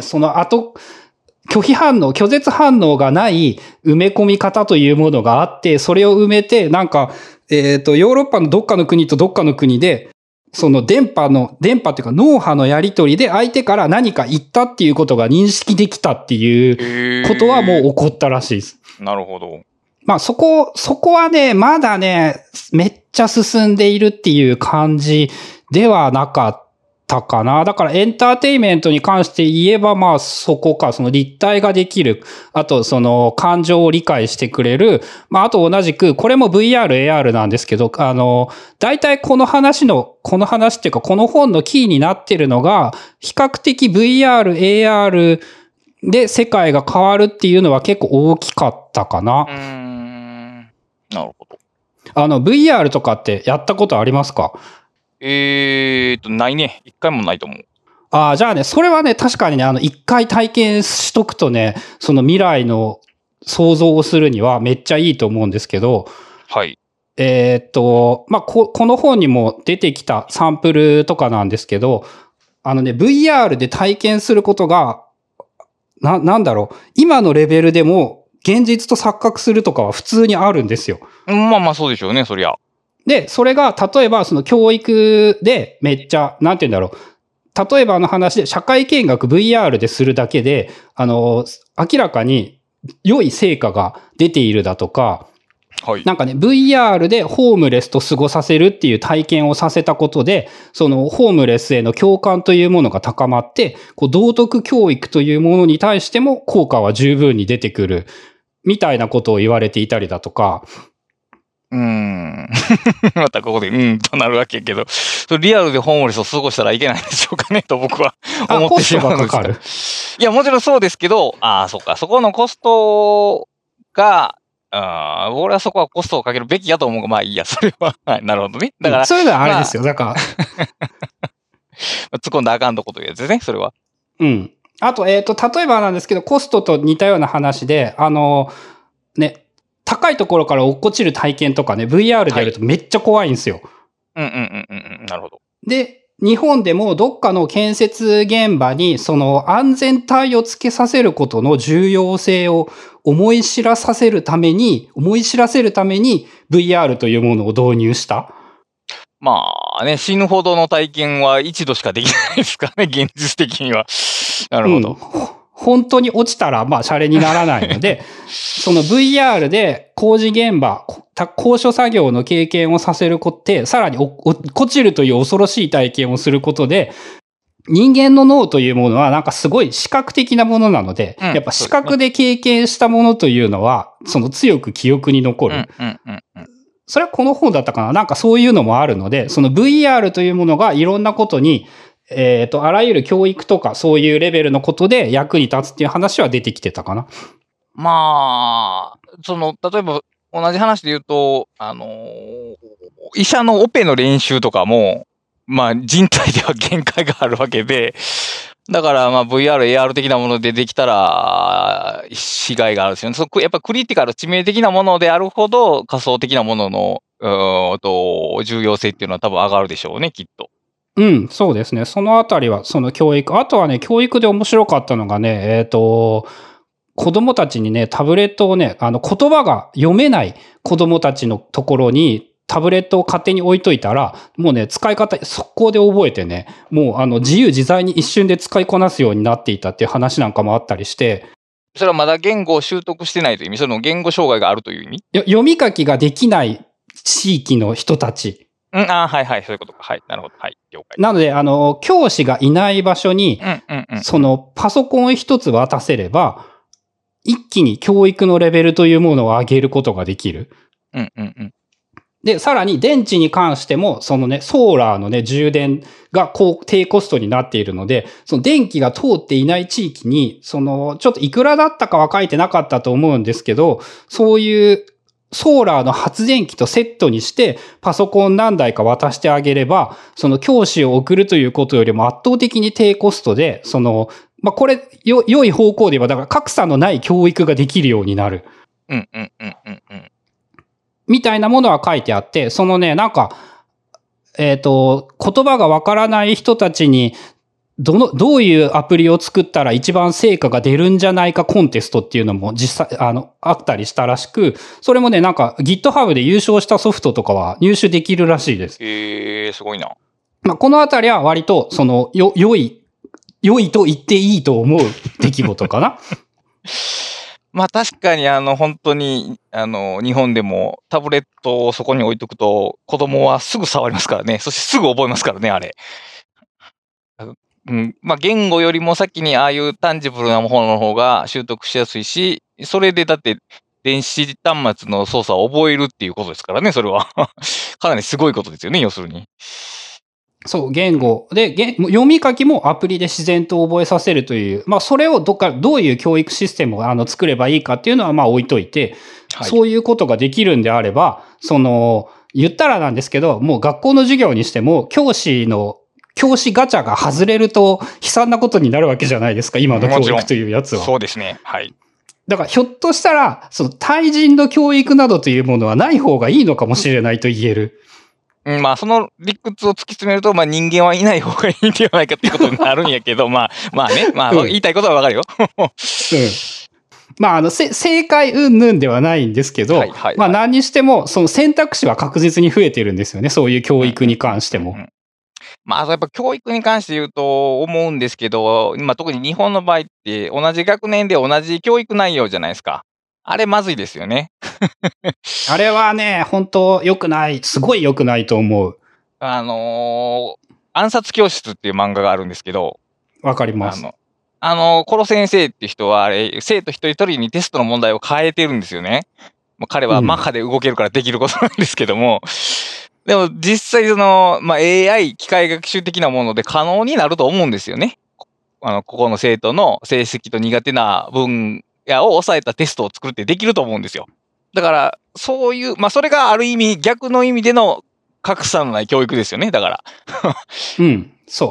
[SPEAKER 1] 拒絶反応がない埋め込み方というものがあって、それを埋めて、なんか、ヨーロッパのどっかの国とどっかの国で、その電波っていうか脳波のやり取りで相手から何か言ったっていうことが認識できたっていうことはもう起こったらしいです。
[SPEAKER 2] なるほど。
[SPEAKER 1] まあそこはね、まだね、めっちゃ進んでいるっていう感じではなかったかな。だからエンターテイメントに関して言えば、まあそこか、その立体ができる。あとその感情を理解してくれる。まああと同じく、これも VR、AR なんですけど、大体この話っていうかこの本のキーになってるのが、比較的 VR、AR で世界が変わるっていうのは結構大きかったかな。
[SPEAKER 2] なるほど。
[SPEAKER 1] VR とかってやったことありますか？
[SPEAKER 2] ないね。一回もないと思う。
[SPEAKER 1] じゃあね、それはね、確かにね、一回体験しとくとね、その未来の想像をするにはめっちゃいいと思うんですけど、
[SPEAKER 2] はい。
[SPEAKER 1] まあ、この本にも出てきたサンプルとかなんですけど、VR で体験することが、なんだろう、今のレベルでも現実と錯覚するとかは普通にあるんですよ。
[SPEAKER 2] まあまあそうでしょうね、そりゃ。
[SPEAKER 1] で、それが、例えば、その教育でめっちゃ、なんて言うんだろう。例えばの話で、社会見学 VR でするだけで、明らかに良い成果が出ているだとか、
[SPEAKER 2] はい。
[SPEAKER 1] なんかね、VR でホームレスと過ごさせるっていう体験をさせたことで、そのホームレスへの共感というものが高まって、こう道徳教育というものに対しても効果は十分に出てくる、みたいなことを言われていたりだとか。
[SPEAKER 2] またここで、となるわけやけど、それリアルでホームレスを過ごしたらいけないんでしょうかね、と僕は思ってしまうんですが。いや、もちろんそうですけど、そっか、そこのコストが、俺はそこはコストをかけるべきやと思うが、まあいいや、それは。はい、なるほどね。だから。
[SPEAKER 1] それではあれですよ、だから。
[SPEAKER 2] 突っ込んだらあかんとこというやつですね、それは。
[SPEAKER 1] あと、例えばなんですけど、コストと似たような話で、ね、高いところから落っこちる体験とかね、VR でやるとめっちゃ怖いんですよ。
[SPEAKER 2] なるほど。
[SPEAKER 1] で、日本でもどっかの建設現場にその安全帯をつけさせることの重要性を思い知らせるために VR というものを導入した。
[SPEAKER 2] まあね、死ぬほどの体験は一度しかできないですからね、現実的には。なるほど。
[SPEAKER 1] 本当に落ちたら、まあ、シャレにならないので、その VR で工事現場、高所作業の経験をさせることで、さらに落っこちるという恐ろしい体験をすることで、人間の脳というものはなんかすごい視覚的なものなので、やっぱ視覚で経験したものというのは、その強く記憶に残る。それはこの本だったかな、なんかそういうのもあるので、その VR というものがいろんなことに、あらゆる教育とかそういうレベルのことで役に立つっていう話は出てきてたかな。
[SPEAKER 2] まあ、例えば同じ話で言うと、医者のオペの練習とかも、まあ人体では限界があるわけで、だからまあ VR、AR 的なものでできたら、被害があるんですよね。やっぱクリティカル、致命的なものであるほど仮想的なものの、重要性っていうのは多分上がるでしょうね、きっと。
[SPEAKER 1] そうですね。そのあたりは、その教育。あとはね、教育で面白かったのがね、子供たちにね、タブレットをね、言葉が読めない子供たちのところに、タブレットを勝手に置いといたら、もうね、使い方速攻で覚えてね、もう自由自在に一瞬で使いこなすようになっていたっていう話なんかもあったりして。
[SPEAKER 2] それはまだ言語を習得してないという意味、その言語障害があるという意味？
[SPEAKER 1] 読み書きができない地域の人たち。
[SPEAKER 2] はいはい、そういうことか。はい、なるほど。はい、了解。
[SPEAKER 1] なので、教師がいない場所に、そのパソコン一つ渡せれば、一気に教育のレベルというものを上げることができる。で、さらに電池に関しても、そのね、ソーラーのね、充電が低コストになっているので、その電気が通っていない地域に、ちょっといくらだったかは書いてなかったと思うんですけど、そういうソーラーの発電機とセットにして、パソコン何台か渡してあげれば、その教師を送るということよりも圧倒的に低コストで、これ、良い方向で言えば、だから格差のない教育ができるようになる。みたいなものは書いてあって、そのね、なんか、言葉がわからない人たちに、どういうアプリを作ったら一番成果が出るんじゃないかコンテストっていうのも実際、あったりしたらしく、それもね、なんか GitHub で優勝したソフトとかは入手できるらしいです。
[SPEAKER 2] すごいな。
[SPEAKER 1] まあ、このあたりは割と、良いと言っていいと思う出来事かな。
[SPEAKER 2] まあ確かに本当に日本でもタブレットをそこに置いとくと子供はすぐ触りますからね。そしてすぐ覚えますからね、あれ。まあ言語よりも先にああいうタンジブルなものの方が習得しやすいし、それでだって電子端末の操作を覚えるっていうことですからね、それは。かなりすごいことですよね、要するに。
[SPEAKER 1] そう、言語で、読み書きもアプリで自然と覚えさせるという、まあ、それをどういう教育システムを作ればいいかっていうのは、まあ、置いといて、はい、そういうことができるんであれば、言ったらなんですけど、もう学校の授業にしても、教師ガチャが外れると悲惨なことになるわけじゃないですか、今の教育というやつは。
[SPEAKER 2] そうですね。はい。
[SPEAKER 1] だから、ひょっとしたら、対人の教育などというものはない方がいいのかもしれないと言える。
[SPEAKER 2] まあ、その理屈を突き詰めると、まあ人間はいない方がいいんではないかっていうことになるんやけど、まあね、まあ言いたいことはわかるよ。
[SPEAKER 1] まあ、正解云々ではないんですけど、まあ何にしても、その選択肢は確実に増えてるんですよね、そういう教育に関しても。
[SPEAKER 2] まあ、やっぱ教育に関して言うと思うんですけど、特に日本の場合って同じ学年で同じ教育内容じゃないですか。 あれまずいですよね。
[SPEAKER 1] あれはね、本当良くない、すごい良くないと思う。
[SPEAKER 2] 暗殺教室っていう漫画があるんですけど、
[SPEAKER 1] わかります。
[SPEAKER 2] コロ先生っていう人は、あれ、生徒一人一人にテストの問題を変えてるんですよね。もう彼はマッハで動けるからできることなんですけども、でも実際AI、機械学習的なもので可能になると思うんですよね。ここの生徒の成績と苦手な分野を抑えたテストを作るってできると思うんですよ。だから、そういう、それがある意味、逆の意味での格差のない教育ですよね、だから。
[SPEAKER 1] うん。そう。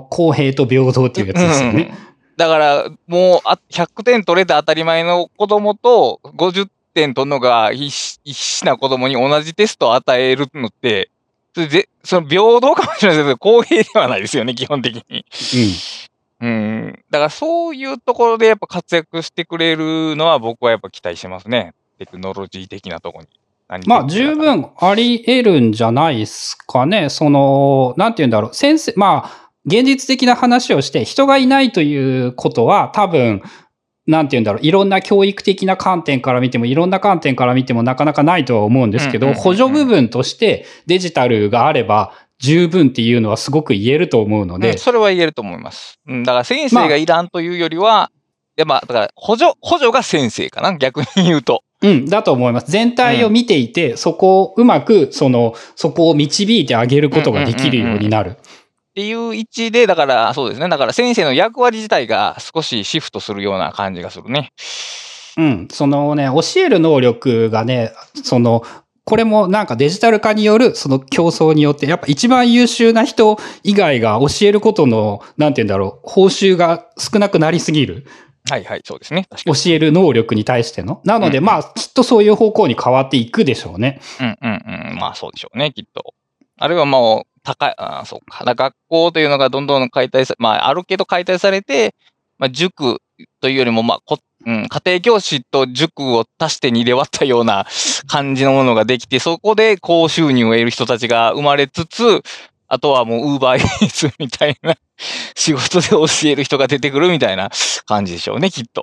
[SPEAKER 1] 公平と平等っていうやつですよね。
[SPEAKER 2] だから、もう、100点取れた当たり前の子供と、50点取るのが必死な子供に同じテストを与えるのって、その平等かもしれないですけど、公平ではないですよね、基本的に。だからそういうところでやっぱ活躍してくれるのは僕はやっぱ期待してますね。テクノロジー的なところに。
[SPEAKER 1] 十分あり得るんじゃないですかね。なんて言うんだろう。現実的な話をして人がいないということは多分、なんて言うんだろう。いろんな教育的な観点から見ても、いろんな観点から見てもなかなかないとは思うんですけど、補助部分としてデジタルがあれば十分っていうのはすごく言えると思うので。
[SPEAKER 2] それは言えると思います。だから先生がいらんというよりは、だから補助が先生かな、逆に言うと。
[SPEAKER 1] だと思います。全体を見ていて、そこをうまく、そこを導いてあげることができるようになる。
[SPEAKER 2] っていう位置で、だからそうですね。だから先生の役割自体が少しシフトするような感じがするね。
[SPEAKER 1] 教える能力がね、これもなんかデジタル化によるその競争によって、やっぱ一番優秀な人以外が教えることの、なんて言うんだろう、報酬が少なくなりすぎる。
[SPEAKER 2] はいはい、そうですね。
[SPEAKER 1] 教える能力に対しての。なので、きっとそういう方向に変わっていくでしょうね。
[SPEAKER 2] そうでしょうね、きっと。あるいはもう、そうか。学校というのがどんどん解体あるけど解体されて、塾というよりも、家庭教師と塾を足して2で割ったような感じのものができて、そこで高収入を得る人たちが生まれつつ、あとはもうウーバーイーツみたいな仕事で教える人が出てくるみたいな感じでしょうね、きっと。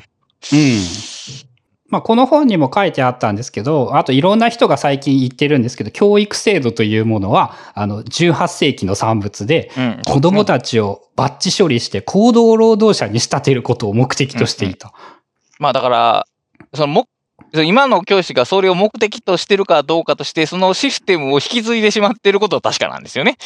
[SPEAKER 1] この本にも書いてあったんですけど、あといろんな人が最近言ってるんですけど、教育制度というものは、18世紀の産物で、子供たちをバッチ処理して行動労働者に仕立てることを目的としていた。
[SPEAKER 2] だから、今の教師がそれを目的としてるかどうかとして、そのシステムを引き継いでしまっていることは確かなんですよね。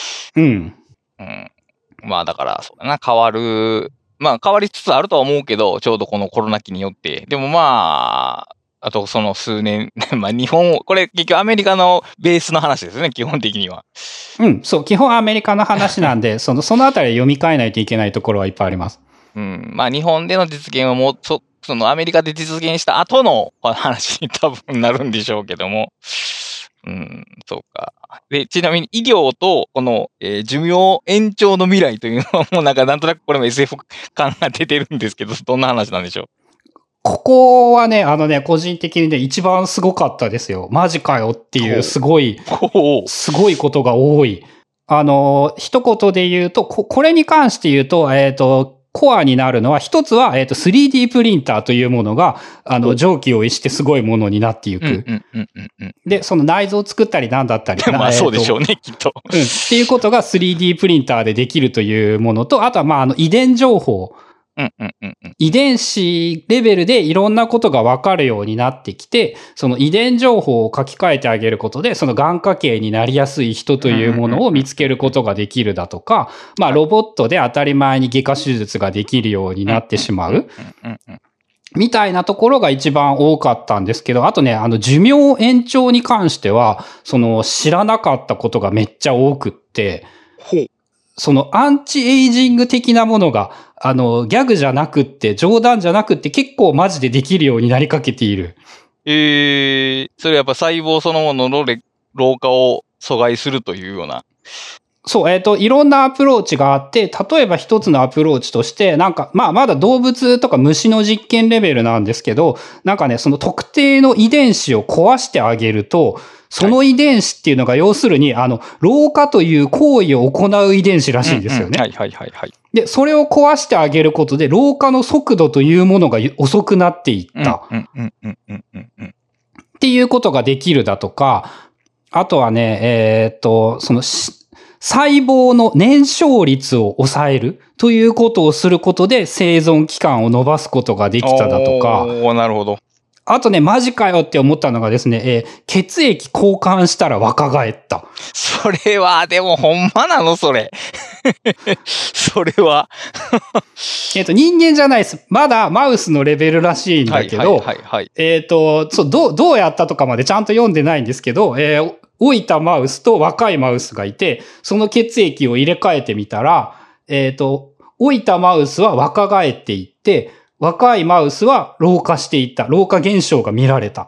[SPEAKER 2] だから、そうだな、変わりつつあるとは思うけど、ちょうどこのコロナ期によって。でもあとその数年、日本、これ結局アメリカのベースの話ですね、基本的には。
[SPEAKER 1] そう、基本アメリカの話なんで、そのあたり読み替えないといけないところはいっぱいあります。
[SPEAKER 2] 日本での実現はもう、そのアメリカで実現した後の話に多分なるんでしょうけども。そうか。で、ちなみに医療と、この、寿命延長の未来というのはもうなんとなくこれも SF 感が出てるんですけど、どんな話なんでしょう？
[SPEAKER 1] ここはね、個人的にね、一番すごかったですよ。マジかよっていう、すごいことが多い。一言で言うと、これに関して言うと、コアになるのは、一つは、3D プリンターというものが、常軌を逸してすごいものになっていく。で、その内臓を作ったりなんだったり。
[SPEAKER 2] そうでしょうね、きっと。
[SPEAKER 1] っていうことが 3D プリンターでできるというものと、あとは、遺伝情報。遺伝子レベルでいろんなことが分かるようになってきて、その遺伝情報を書き換えてあげることで、その眼科系になりやすい人というものを見つけることができるだとか、ロボットで当たり前に外科手術ができるようになってしまう。みたいなところが一番多かったんですけど、あとね、寿命延長に関しては、知らなかったことがめっちゃ多くって、そのアンチエイジング的なものが、ギャグじゃなくって、冗談じゃなくって結構マジでできるようになりかけている。
[SPEAKER 2] それやっぱ細胞そのものの老化を阻害するというような
[SPEAKER 1] そう、いろんなアプローチがあって、例えば一つのアプローチとして、なんか、まあ、まだ動物とか虫の実験レベルなんですけど、なんかね、その特定の遺伝子を壊してあげると、その遺伝子っていうのが要するに、老化という行為を行う遺伝子らしいんですよね。
[SPEAKER 2] はいはいはいはい。
[SPEAKER 1] で、それを壊してあげることで、老化の速度というものが遅くなっていった。っていうことができるだとか、あとはね、その、細胞の燃焼率を抑えるということをすることで生存期間を伸ばすことができただとか。
[SPEAKER 2] なるほど。
[SPEAKER 1] あとね、マジかよって思ったのがですね、血液交換したら若返った。
[SPEAKER 2] それは、でもほんまなのそれ。それは。
[SPEAKER 1] 人間じゃないです。まだマウスのレベルらしいんだけど、どうやったとかまでちゃんと読んでないんですけど、老いたマウスと若いマウスがいて、その血液を入れ替えてみたら、老いたマウスは若返っていって、若いマウスは老化していった。老化現象が見られた。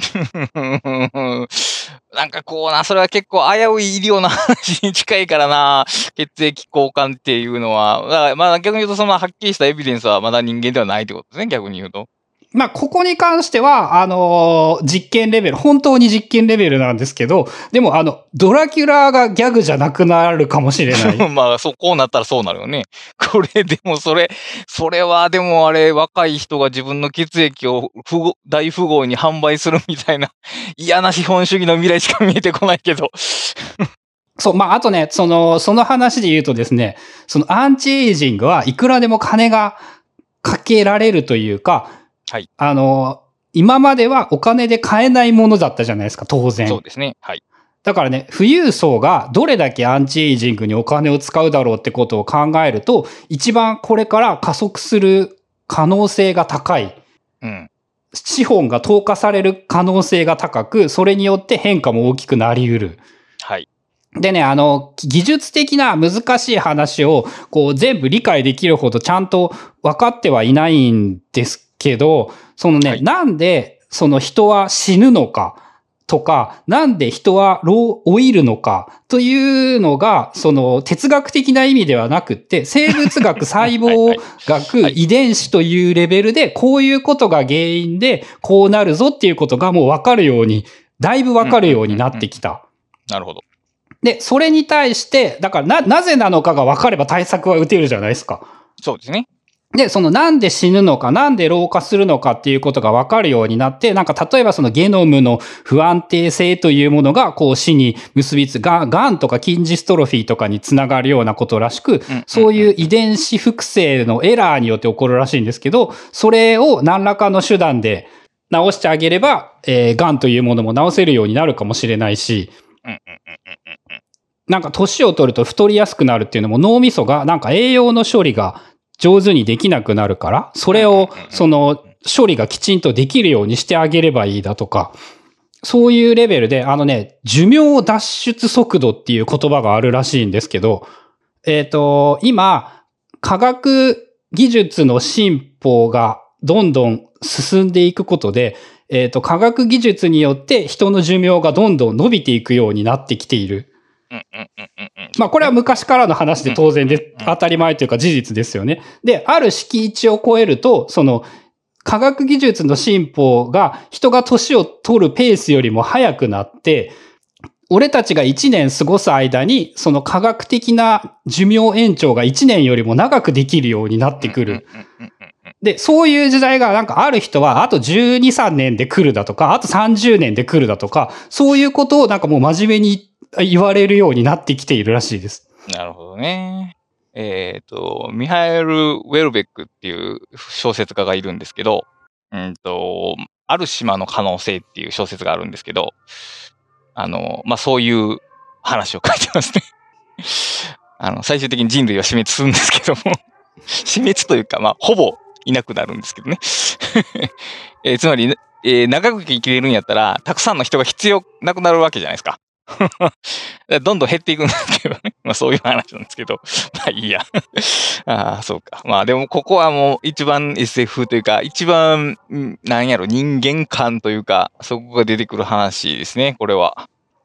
[SPEAKER 2] なんかこうな、それは結構危うい医療の話に近いからな、血液交換っていうのは。だからまあ逆に言うとそのはっきりしたエビデンスはまだ人間ではないってことですね、逆に言うと。
[SPEAKER 1] まあ、ここに関しては、実験レベル、本当に実験レベルなんですけど、でも、ドラキュラがギャグじゃなくなるかもしれない。
[SPEAKER 2] まあ、こうなったらそうなるよね。これ、でもそれはでもあれ、若い人が自分の血液を大富豪に販売するみたいな嫌な資本主義の未来しか見えてこないけど。
[SPEAKER 1] そう、まあ、あとね、その話で言うとですね、そのアンチエイジングはいくらでも金がかけられるというか、
[SPEAKER 2] はい。
[SPEAKER 1] 今まではお金で買えないものだったじゃないですか、当然。
[SPEAKER 2] そうですね。はい。
[SPEAKER 1] だからね、富裕層がどれだけアンチエイジングにお金を使うだろうってことを考えると、一番これから加速する可能性が高い。
[SPEAKER 2] うん。
[SPEAKER 1] 資本が投下される可能性が高く、それによって変化も大きくなり得る。
[SPEAKER 2] はい。
[SPEAKER 1] でね、技術的な難しい話を、こう、全部理解できるほどちゃんと分かってはいないんですけど、そのね、はい、なんで、その人は死ぬのかとか、なんで人は老いるのかというのが、その哲学的な意味ではなくって、生物学、細胞学、遺伝子というレベルで、こういうことが原因で、こうなるぞっていうことがもう分かるように、だいぶ分かるようになってきた。
[SPEAKER 2] なるほど。
[SPEAKER 1] で、それに対して、だからなぜなのかが分かれば対策は打てるじゃないですか。
[SPEAKER 2] そうですね。
[SPEAKER 1] で、そのなんで死ぬのか、なんで老化するのかっていうことが分かるようになって、なんか例えばそのゲノムの不安定性というものがこう死に結びつ、がんとか筋ジストロフィーとかにつながるようなことらしく、そういう遺伝子複製のエラーによって起こるらしいんですけど、それを何らかの手段で治してあげれば、がんというものも治せるようになるかもしれないし、なんか年を取ると太りやすくなるっていうのも脳みそがなんか栄養の処理が上手にできなくなるから、それをその処理がきちんとできるようにしてあげればいいだとか、そういうレベルで寿命脱出速度っていう言葉があるらしいんですけど、今、科学技術の進歩がどんどん進んでいくことで、科学技術によって人の寿命がどんどん伸びていくようになってきている。まあこれは昔からの話で当然で当たり前というか事実ですよね。で、ある敷地を超えると、その科学技術の進歩が人が年を取るペースよりも早くなって、俺たちが1年過ごす間に、その科学的な寿命延長が1年よりも長くできるようになってくる。で、そういう時代がなんかある人はあと12、3年で来るだとか、あと30年で来るだとか、そういうことをなんかもう真面目に言われるようになってきているらしいです。
[SPEAKER 2] なるほどね。ミハエル・ウェルベックっていう小説家がいるんですけど、ある島の可能性っていう小説があるんですけど、まあ、そういう話を書いてますね。最終的に人類は死滅するんですけども、死滅というか、まあ、ほぼいなくなるんですけどね。つまり、長く生きれるんやったら、たくさんの人が必要なくなるわけじゃないですか。どんどん減っていくんですけどね。まあそういう話なんですけど。まあいいや。ああ、そうか。まあでもここはもう一番 SF というか、一番、なんやろ、人間観というか、そこが出てくる話ですね、これは。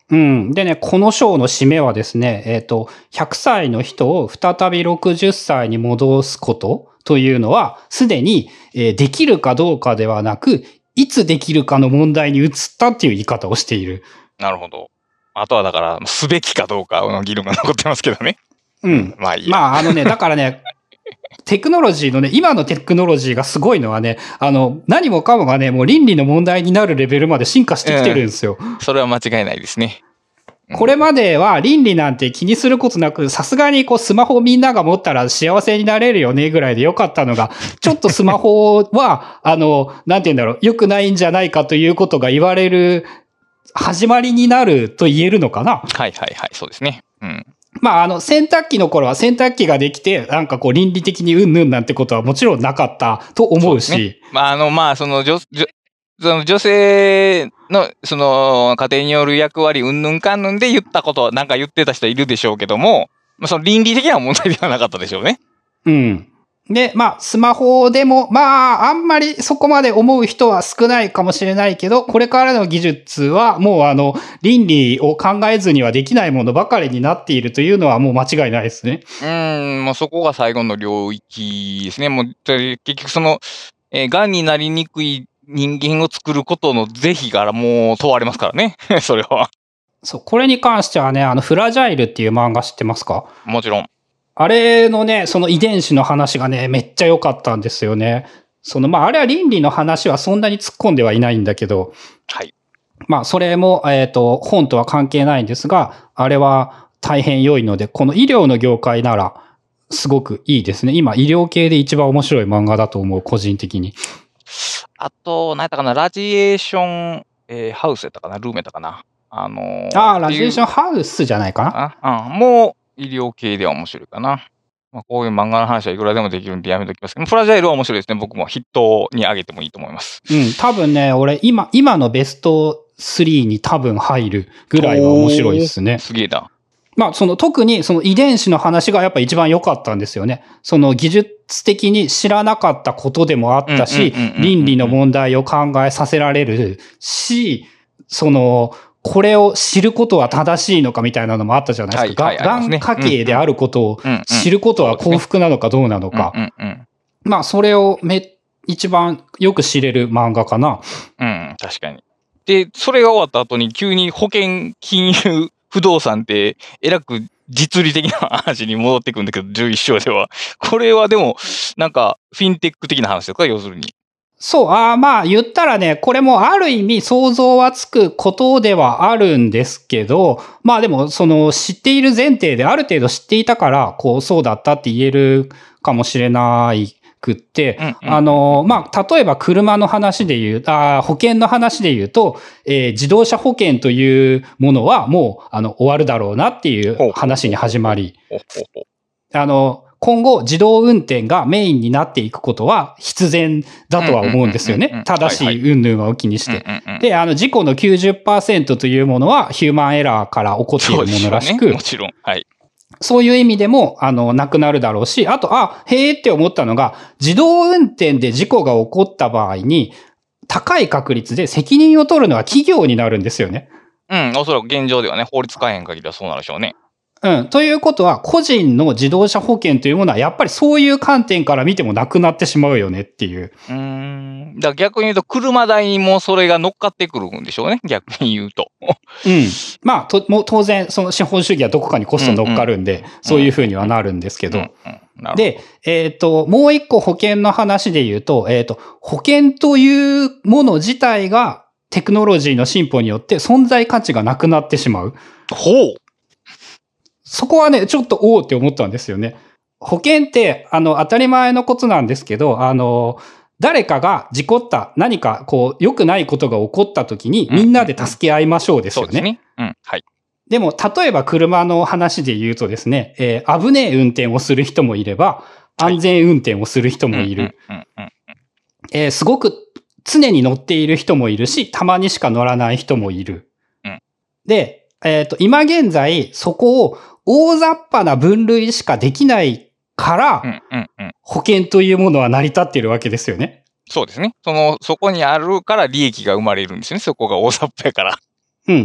[SPEAKER 1] うん。でね、この章の締めはですね、100歳の人を再び60歳に戻すことというのは、すでに、できるかどうかではなく、いつできるかの問題に移ったっていう言い方をしている。
[SPEAKER 2] なるほど。あとはだから、すべきかどうかの議論が残ってますけどね。
[SPEAKER 1] うん。
[SPEAKER 2] まあいいや。
[SPEAKER 1] まあだからね、テクノロジーのね、今のテクノロジーがすごいのはね、何もかもがね、もう倫理の問題になるレベルまで進化してきてるんですよ。
[SPEAKER 2] それは間違いないですね。
[SPEAKER 1] これまでは倫理なんて気にすることなく、さすがにこうスマホみんなが持ったら幸せになれるよねぐらいでよかったのが、ちょっとスマホは、なんて言うんだろう、良くないんじゃないかということが言われる始まりになると言えるのかな。
[SPEAKER 2] はいはいはい、そうですね。うん。
[SPEAKER 1] まあ、洗濯機の頃は洗濯機ができて、なんかこう倫理的にうんぬんなんてことはもちろんなかったと思うし。
[SPEAKER 2] まあ、その女性の、家庭による役割うんぬんかんぬんで言ったこと、なんか言ってた人いるでしょうけども、その倫理的な問題ではなかったでしょうね。
[SPEAKER 1] うん。で、まあ、スマホでも、まあ、あんまりそこまで思う人は少ないかもしれないけど、これからの技術はもう倫理を考えずにはできないものばかりになっているというのはもう間違いないですね。
[SPEAKER 2] もうそこが最後の領域ですね。もう、結局癌になりにくい人間を作ることの是非からもう問われますからね。それは。
[SPEAKER 1] そう、これに関してはね、フラジャイルっていう漫画知ってますか？
[SPEAKER 2] もちろん。
[SPEAKER 1] あれのね、その遺伝子の話がね、めっちゃ良かったんですよね。まあ、あれは倫理の話はそんなに突っ込んではいないんだけど、
[SPEAKER 2] はい。
[SPEAKER 1] まあ、それも、本とは関係ないんですが、あれは大変良いので、この医療の業界なら、すごくいいですね。今、医療系で一番面白い漫画だと思う、個人的に。
[SPEAKER 2] あと、何やったかな、ラジエーション、ハウスやったかな、ルームやったかな。
[SPEAKER 1] ラジエーションハウスじゃないか
[SPEAKER 2] な。もう医療系では面白いかな。まあ、こういう漫画の話はいくらでもできるんでやめときますけど、フラジャイルは面白いですね。僕も筆頭に上げてもいいと思います。
[SPEAKER 1] うん、多分ね、俺、今のベスト3に多分入るぐらいは面白いですね。
[SPEAKER 2] すげえな。
[SPEAKER 1] まあ、特に遺伝子の話がやっぱ一番良かったんですよね。技術的に知らなかったことでもあったし、倫理の問題を考えさせられるし、これを知ることは正しいのかみたいなのもあったじゃないですか。癌家系であることを知ることは幸福なのかどうなのか。まあ、それを一番よく知れる漫画かな。
[SPEAKER 2] うん、確かに。で、それが終わった後に急に保険、金融、不動産って、えらく実利的な話に戻ってくるんだけど、11章では。これはでも、なんか、フィンテック的な話ですか、要するに。
[SPEAKER 1] そう、まあ言ったらね、これもある意味想像はつくことではあるんですけど、まあでも知っている前提である程度知っていたから、そうだったって言えるかもしれないくって、まあ例えば車の話で言う、保険の話で言うと、自動車保険というものはもう終わるだろうなっていう話に始まり、今後自動運転がメインになっていくことは必然だとは思うんですよね。正しい云々は気にして。で、事故の 90% というものはヒューマンエラーから起こっているものらしく、
[SPEAKER 2] もちろん。はい。
[SPEAKER 1] そういう意味でも、なくなるだろうし、あと、へーって思ったのが、自動運転で事故が起こった場合に、高い確率で責任を取るのは企業になるんですよね。
[SPEAKER 2] うん、おそらく現状ではね、法律変えへん限りはそうなるでしょうね。
[SPEAKER 1] うん。ということは、個人の自動車保険というものは、やっぱりそういう観点から見てもなくなってしまうよねっていう。
[SPEAKER 2] だから逆に言うと、車代にもそれが乗っかってくるんでしょうね。逆に言うと。
[SPEAKER 1] うん。まあ、もう当然、資本主義はどこかにコスト乗っかるんで、そういうふうにはなるんですけど。で、もう一個保険の話で言うと、保険というもの自体がテクノロジーの進歩によって存在価値がなくなってしまう。
[SPEAKER 2] ほう。
[SPEAKER 1] そこはね、ちょっとおーって思ったんですよね。保険って、当たり前のことなんですけど、誰かが事故った、何か良くないことが起こった時に、みんなで助け合いましょうですよね。そうですね。
[SPEAKER 2] うん、はい。
[SPEAKER 1] でも、例えば車の話で言うとですね、危ねえ運転をする人もいれば、安全運転をする人もいる。すごく常に乗っている人もいるし、たまにしか乗らない人もいる。で、今現在、そこを大雑把な分類しかできないから、保険というものは成り立っているわけですよね。
[SPEAKER 2] そうですね。そこにあるから利益が生まれるんですね。そこが大雑把やから。
[SPEAKER 1] うん。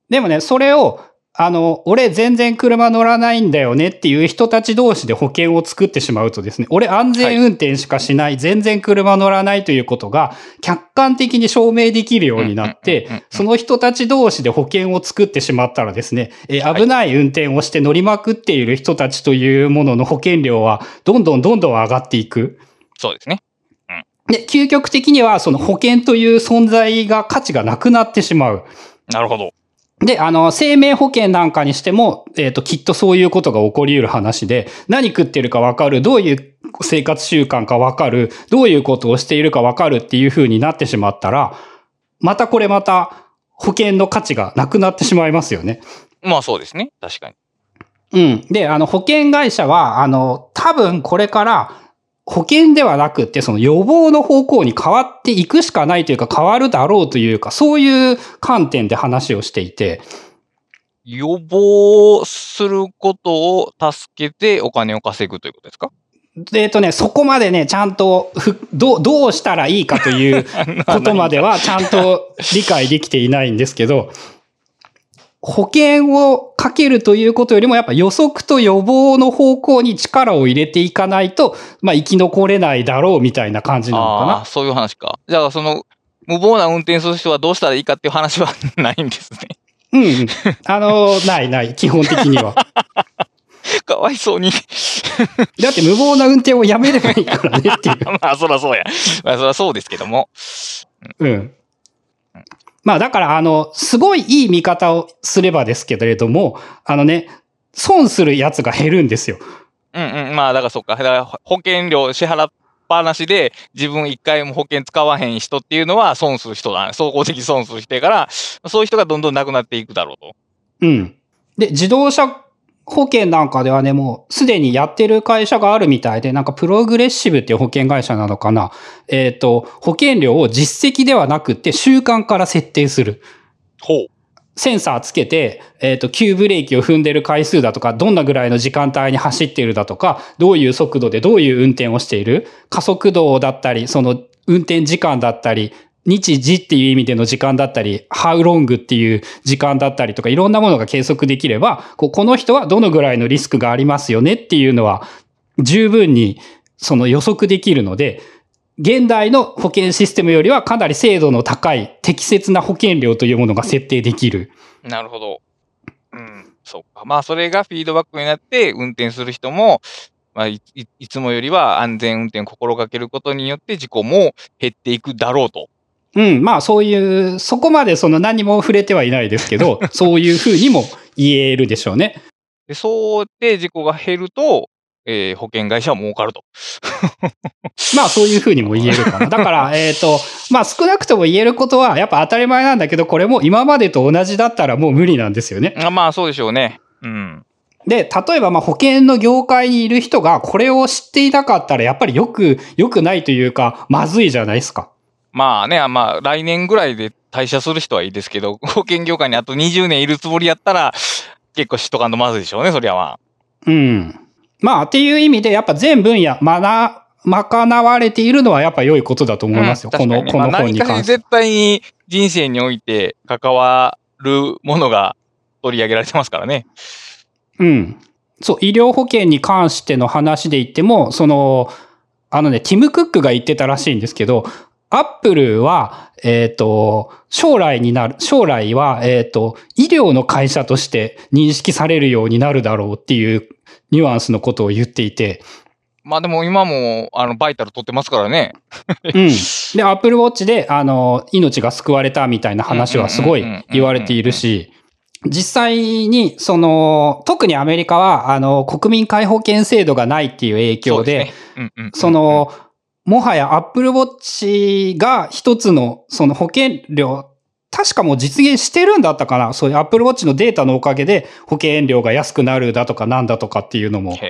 [SPEAKER 1] でもね、それを、俺全然車乗らないんだよねっていう人たち同士で保険を作ってしまうとですね、俺安全運転しかしない、全然車乗らないということが客観的に証明できるようになって、その人たち同士で保険を作ってしまったらですね、危ない運転をして乗りまくっている人たちというものの保険料はどんどん上がっていく。
[SPEAKER 2] そうですね。
[SPEAKER 1] で、究極的にはその保険という存在が価値がなくなってしまう。
[SPEAKER 2] なるほど。
[SPEAKER 1] で、生命保険なんかにしても、きっとそういうことが起こり得る話で、何食ってるかわかる、どういう生活習慣かわかる、どういうことをしているかわかるっていう風になってしまったら、また保険の価値がなくなってしまいますよね。
[SPEAKER 2] まあそうですね。確かに。
[SPEAKER 1] うん。で、保険会社は、多分これから、保険ではなくて、その予防の方向に変わっていくしかないというか、変わるだろうというか、そういう観点で話をしていて。
[SPEAKER 2] 予防することを助けてお金を稼ぐということですか？
[SPEAKER 1] そこまでね、ちゃんと、どうしたらいいかということまでは、ちゃんと理解できていないんですけど、保険をかけるということよりも、やっぱ予測と予防の方向に力を入れていかないと、まあ生き残れないだろうみたいな感じなのかな。
[SPEAKER 2] そういう話か。じゃあ、無謀な運転する人はどうしたらいいかっていう話はないんですね。
[SPEAKER 1] うん。ない、基本的には。
[SPEAKER 2] かわいそうに。
[SPEAKER 1] だって無謀な運転をやめればいいからねっていう。
[SPEAKER 2] まあ、そらそうや。まあ、そらそうですけども。
[SPEAKER 1] うん。まあだから、すごいいい見方をすればですけれども、損するやつが減るんですよ。
[SPEAKER 2] まあ、だからそうか。だから保険料支払っぱなしで、自分一回も保険使わへん人っていうのは損する人だ。総合的損する人やから、そういう人がどんどんなくなっていくだろうと。
[SPEAKER 1] うん。で、自動車保険なんかではね、もうすでにやってる会社があるみたいで、なんかプログレッシブっていう保険会社なのかな。保険料を実績ではなくて習慣から設定する。
[SPEAKER 2] ほう。
[SPEAKER 1] センサーつけて、急ブレーキを踏んでる回数だとか、どんなぐらいの時間帯に走っているだとか、どういう速度でどういう運転をしている、加速度だったり、その運転時間だったり、日時っていう意味での時間だったり、how long っていう時間だったりとか、いろんなものが計測できれば、この人はどのぐらいのリスクがありますよねっていうのは、十分にその予測できるので、現代の保険システムよりはかなり精度の高い適切な保険料というものが設定できる。
[SPEAKER 2] なるほど。そうか。まあ、それがフィードバックになって、運転する人も、まあ、いつもよりは安全運転を心がけることによって事故も減っていくだろうと。
[SPEAKER 1] まあそういう、そこまで何も触れてはいないですけど、そういうふうにも言えるでしょうね。
[SPEAKER 2] で、そうで事故が減ると、保険会社は儲かると。
[SPEAKER 1] まあそういうふうにも言えるかな。だから、まあ少なくとも言えることはやっぱ当たり前なんだけど、これも今までと同じだったらもう無理なんですよね。
[SPEAKER 2] まあそうでしょうね。
[SPEAKER 1] で、例えばまあ保険の業界にいる人がこれを知っていなかったらやっぱり良くないというか、まずいじゃないですか。
[SPEAKER 2] まあね、まあ来年ぐらいで退社する人はいいですけど、保険業界にあと20年いるつもりやったら、結構知っとかんとまずいでしょうね、そりゃまあ。
[SPEAKER 1] まあっていう意味でやっぱ全分野賄われているのはやっぱ良いことだと思いますよ。この本に関して。
[SPEAKER 2] 何か絶対に人生において関わるものが取り上げられてますからね。
[SPEAKER 1] そう、医療保険に関しての話で言っても、ティム・クックが言ってたらしいんですけど、アップルは、将来は、医療の会社として認識されるようになるだろうっていうニュアンスのことを言っていて。
[SPEAKER 2] まあでも今も、バイタル取ってますからね。
[SPEAKER 1] で、アップルウォッチで、命が救われたみたいな話はすごい言われているし、実際に、特にアメリカは、国民皆保険制度がないっていう影響で、もはや Apple Watch が一つの保険料、確かもう実現してるんだったかな。そういう Apple Watch のデータのおかげで保険料が安くなるだとかなんだとかっていうのも。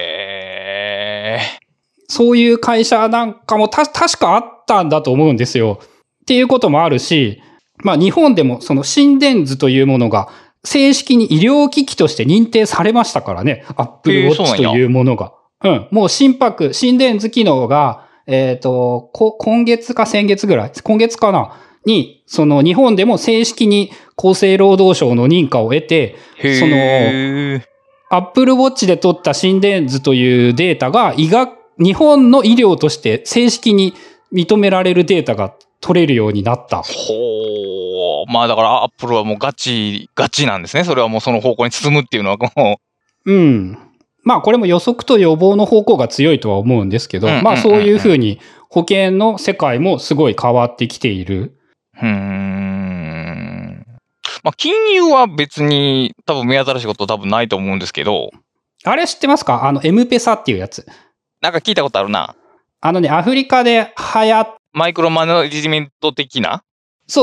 [SPEAKER 1] そういう会社なんかも確かあったんだと思うんですよ。っていうこともあるし、まあ日本でも心電図というものが正式に医療機器として認定されましたからね。Apple Watch というものが。もう心電図機能が、今月か先月ぐらい、今月かな、 に、その日本でも正式に厚生労働省の認可を得て、その、Apple Watch で取った心電図というデータが日本の医療として正式に認められるデータが取れるようになった。
[SPEAKER 2] ほー。まあだからアップルはもうガチなんですね。それはもうその方向に進むっていうのはも
[SPEAKER 1] う。うん。まあこれも予測と予防の方向が強いとは思うんですけど、まあそういうふうに保険の世界もすごい変わってきている。
[SPEAKER 2] まあ金融は別に多分目新しいこと多分ないと思うんですけど。
[SPEAKER 1] あれ知ってますか？エムペサっていうやつ。
[SPEAKER 2] なんか聞いたことあるな。
[SPEAKER 1] アフリカで
[SPEAKER 2] マイクロマネジメント的な？
[SPEAKER 1] そう。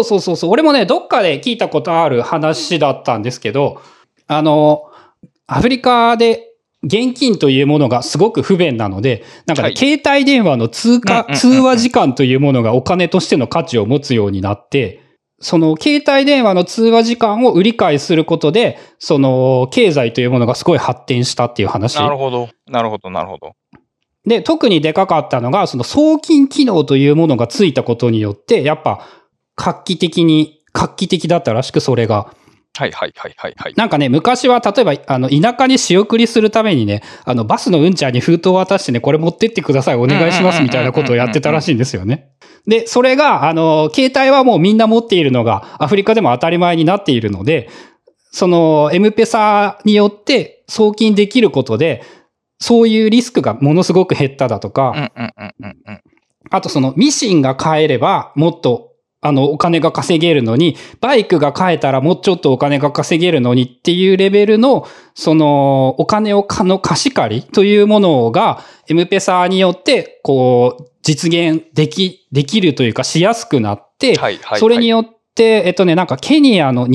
[SPEAKER 1] 俺もね、どっかで聞いたことある話だったんですけど、アフリカで現金というものがすごく不便なので、なんかね、携帯電話の通話時間というものがお金としての価値を持つようになって、その携帯電話の通話時間を売り買いすることで、その経済というものがすごい発展したっていう話。
[SPEAKER 2] なるほど。
[SPEAKER 1] で、特にでかかったのが、その送金機能というものがついたことによって、やっぱ画期的だったらしく、それが。
[SPEAKER 2] はい。
[SPEAKER 1] なんかね、昔は例えば、田舎に仕送りするためにね、バスのうんちゃんに封筒を渡してね、これ持ってってください、お願いしますみたいなことをやってたらしいんですよね。で、それが、携帯はもうみんな持っているのが、アフリカでも当たり前になっているので、その、エムペサによって送金できることで、そういうリスクがものすごく減っただとか、あとそのミシンが買えればもっとお金が稼げるのに、バイクが買えたらもうちょっとお金が稼げるのにっていうレベルの、そのお金の貸し借りというものがエムペサによってこう実現できるというかしやすくなって、それによってなんかケニアの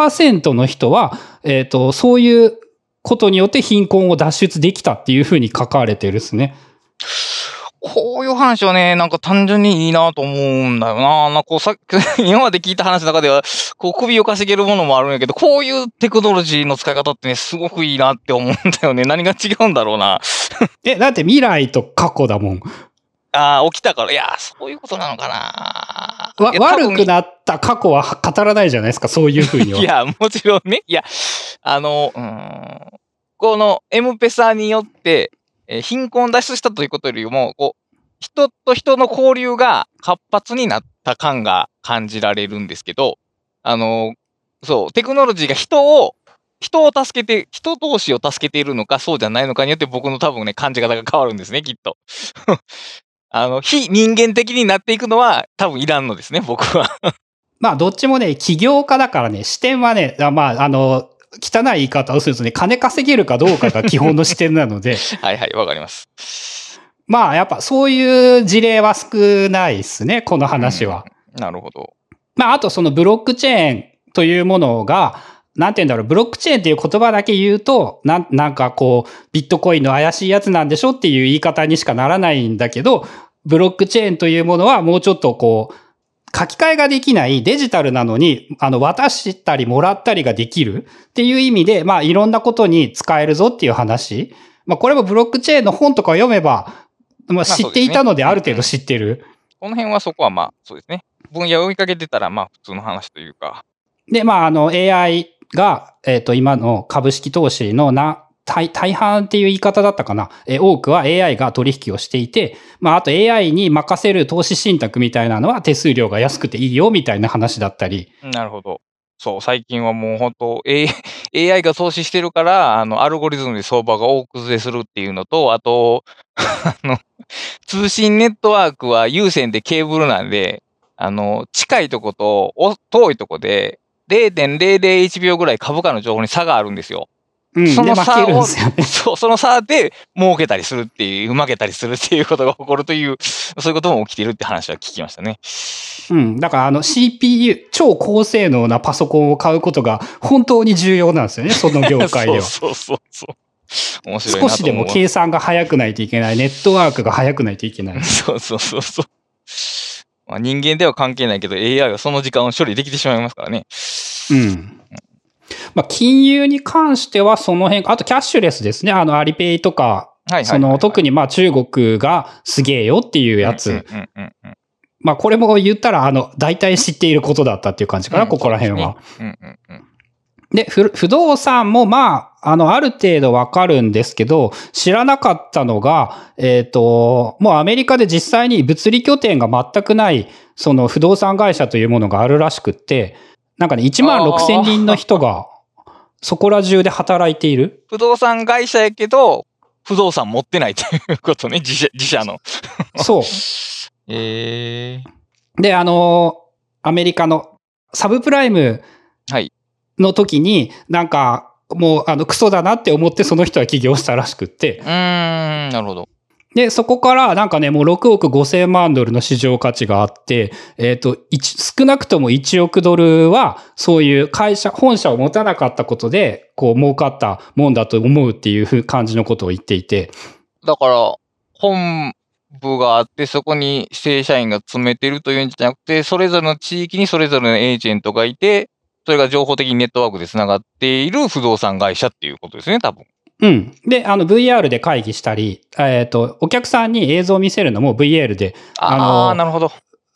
[SPEAKER 1] 2% の人はそういうことによって貧困を脱出できたっていうふうに書かれてるですね。
[SPEAKER 2] こういう話はね、なんか単純にいいなと思うんだよな。今まで聞いた話の中では、こう首を稼げるものもあるんやけど、こういうテクノロジーの使い方ってね、すごくいいなって思うんだよね。何が違うんだろうな。
[SPEAKER 1] だって未来と過去だもん。
[SPEAKER 2] 起きたから。いや、そういうことなのかな。
[SPEAKER 1] 悪くなった過去は語らないじゃないですか、そういうふうには。
[SPEAKER 2] いや、もちろんね。いや、このエムペサによって、貧困脱出したということよりも、こう、人と人の交流が活発になった感が感じられるんですけど、そう、テクノロジーが人同士を助けているのか、そうじゃないのかによって僕の多分ね、感じ方が変わるんですね、きっと。非人間的になっていくのは多分いらんのですね、僕は。
[SPEAKER 1] まあ、どっちもね、起業家だからね、視点はね、汚い言い方をするとね、金稼げるかどうかが基本の視点なので。
[SPEAKER 2] はい、わかります。
[SPEAKER 1] まあ、やっぱそういう事例は少ないですね、この話は。
[SPEAKER 2] なるほど。
[SPEAKER 1] まあ、あとそのブロックチェーンというものが、なんて言うんだろう、ブロックチェーンっていう言葉だけ言うと、なんかこう、ビットコインの怪しいやつなんでしょっていう言い方にしかならないんだけど、ブロックチェーンというものはもうちょっとこう、書き換えができないデジタルなのに、渡したりもらったりができるっていう意味で、まあ、いろんなことに使えるぞっていう話。まあ、これもブロックチェーンの本とかを読めば、まあ、知っていたのである程度知ってる。
[SPEAKER 2] この辺はそこはまあ、そうですね。分野を追いかけてたら、まあ、普通の話というか。
[SPEAKER 1] で、まあ、AI が、今の株式投資の大半っていう言い方だったかな。多くは AI が取引をしていて、まあ、あと AI に任せる投資信託みたいなのは手数料が安くていいよみたいな話だったり。
[SPEAKER 2] なるほど。そう、最近はもう本当、AI が投資してるから、アルゴリズムで相場が大崩れするっていうのと、あと、通信ネットワークは有線でケーブルなんで、近いとこと遠いとこで 0.001 秒ぐらい株価の情報に差があるんですよ。その差を、その差で儲けたりするっていう、負けたりするっていうことが起こるという、そういうことも起きているって話は聞きましたね。
[SPEAKER 1] だからCPU、超高性能なパソコンを買うことが本当に重要なんですよね、その業界では。
[SPEAKER 2] そう。面白い
[SPEAKER 1] なと。少しでも計算が早くないといけない、ネットワークが早くないといけない。
[SPEAKER 2] そう。まあ、人間では関係ないけど AI はその時間を処理できてしまいますからね。
[SPEAKER 1] まあ、金融に関してはその辺、あとキャッシュレスですね。アリペイとか、特にまあ中国がすげえよっていうやつ。 まあこれも言ったら、大体知っていることだったっていう感じかな、ここら辺は。で、不動産もまあ、ある程度わかるんですけど、知らなかったのが、もうアメリカで実際に物理拠点が全くない、その不動産会社というものがあるらしくって、なんかね、1万6千人の人が、そこら中で働いている。
[SPEAKER 2] 不動産会社やけど、不動産持ってないということね、自社の。
[SPEAKER 1] そう。
[SPEAKER 2] で、
[SPEAKER 1] アメリカのサブプライムの時に、なんか、もう、クソだなって思ってその人は起業したらしくって。
[SPEAKER 2] なるほど。
[SPEAKER 1] で、そこからなんかね、もう6億5千万ドルの市場価値があって、少なくとも1億ドルは、そういう本社を持たなかったことで、こう、儲かったもんだと思うっていう感じのことを言っていて。
[SPEAKER 2] だから、本部があって、そこに正社員が詰めてるというんじゃなくて、それぞれの地域にそれぞれのエージェントがいて、それが情報的にネットワークで繋がっている不動産会社っていうことですね、多分。
[SPEAKER 1] うん。で、VR で会議したり、お客さんに映像を見せるのも VR で。
[SPEAKER 2] なるほど。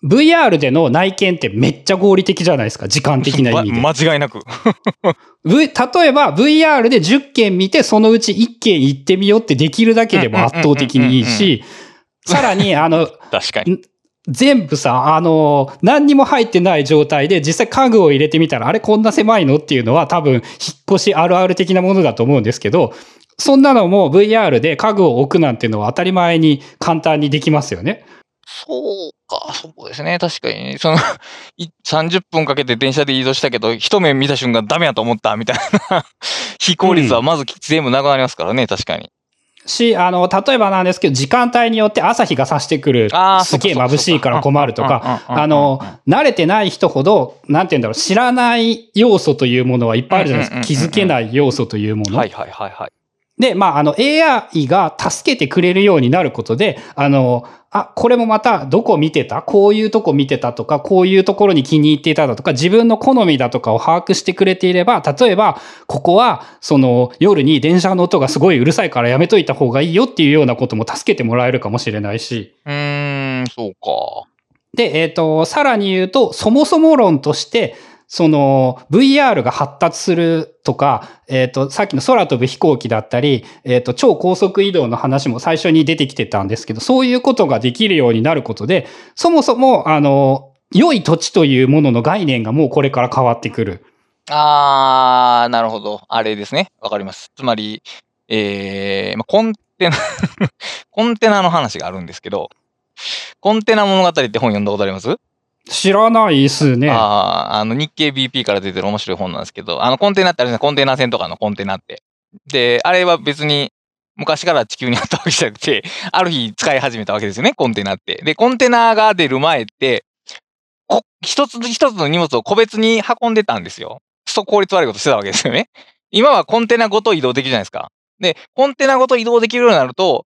[SPEAKER 1] VR での内見ってめっちゃ合理的じゃないですか、時間的な意味で。
[SPEAKER 2] 間違いなく。
[SPEAKER 1] 例えば VR で10件見て、そのうち1件行ってみようってできるだけでも圧倒的にいいし、さらに、
[SPEAKER 2] 確かに。
[SPEAKER 1] 全部さ、何にも入ってない状態で実際家具を入れてみたら、あれこんな狭いのっていうのは多分引っ越しあるある的なものだと思うんですけど、そんなのも VR で家具を置くなんていうのは当たり前に簡単にできますよね。
[SPEAKER 2] そうか、そうですね。確かに、30分かけて電車で移動したけど、一目見た瞬間ダメやと思ったみたいな非効率はまず全部なくなりますからね、確かに。
[SPEAKER 1] 例えばなんですけど、時間帯によって朝日が差してくる、すげえ眩しいから困るとか、慣れてない人ほど、なんて言うんだろう、知らない要素というものはいっぱいあるじゃないですか。気づけない要素というもの。
[SPEAKER 2] はいはいはいはい。
[SPEAKER 1] で、AI が助けてくれるようになることで、これもまたどこ見てた？こういうとこ見てたとか、こういうところに気に入っていただとか、自分の好みだとかを把握してくれていれば、例えば、ここは、夜に電車の音がすごいうるさいからやめといた方がいいよっていうようなことも助けてもらえるかもしれないし。
[SPEAKER 2] そうか。
[SPEAKER 1] で、さらに言うと、そもそも論として、VR が発達するとか、さっきの空飛ぶ飛行機だったり、超高速移動の話も最初に出てきてたんですけど、そういうことができるようになることで、そもそも、良い土地というものの概念がもうこれから変わってくる。
[SPEAKER 2] なるほど。あれですね。わかります。つまり、コンテナの話があるんですけど、コンテナ物語って本読んだことあります？
[SPEAKER 1] 知らないですね。
[SPEAKER 2] 日経 BP から出てる面白い本なんですけど、コンテナってあるじゃない、コンテナ船とかのコンテナって。で、あれは別に昔から地球にあったわけじゃなくて、ある日使い始めたわけですよね、コンテナって。で、コンテナが出る前って、一つ一つの荷物を個別に運んでたんですよ。そう効率悪いことしてたわけですよね。今はコンテナごと移動できるじゃないですか。で、コンテナごと移動できるようになると、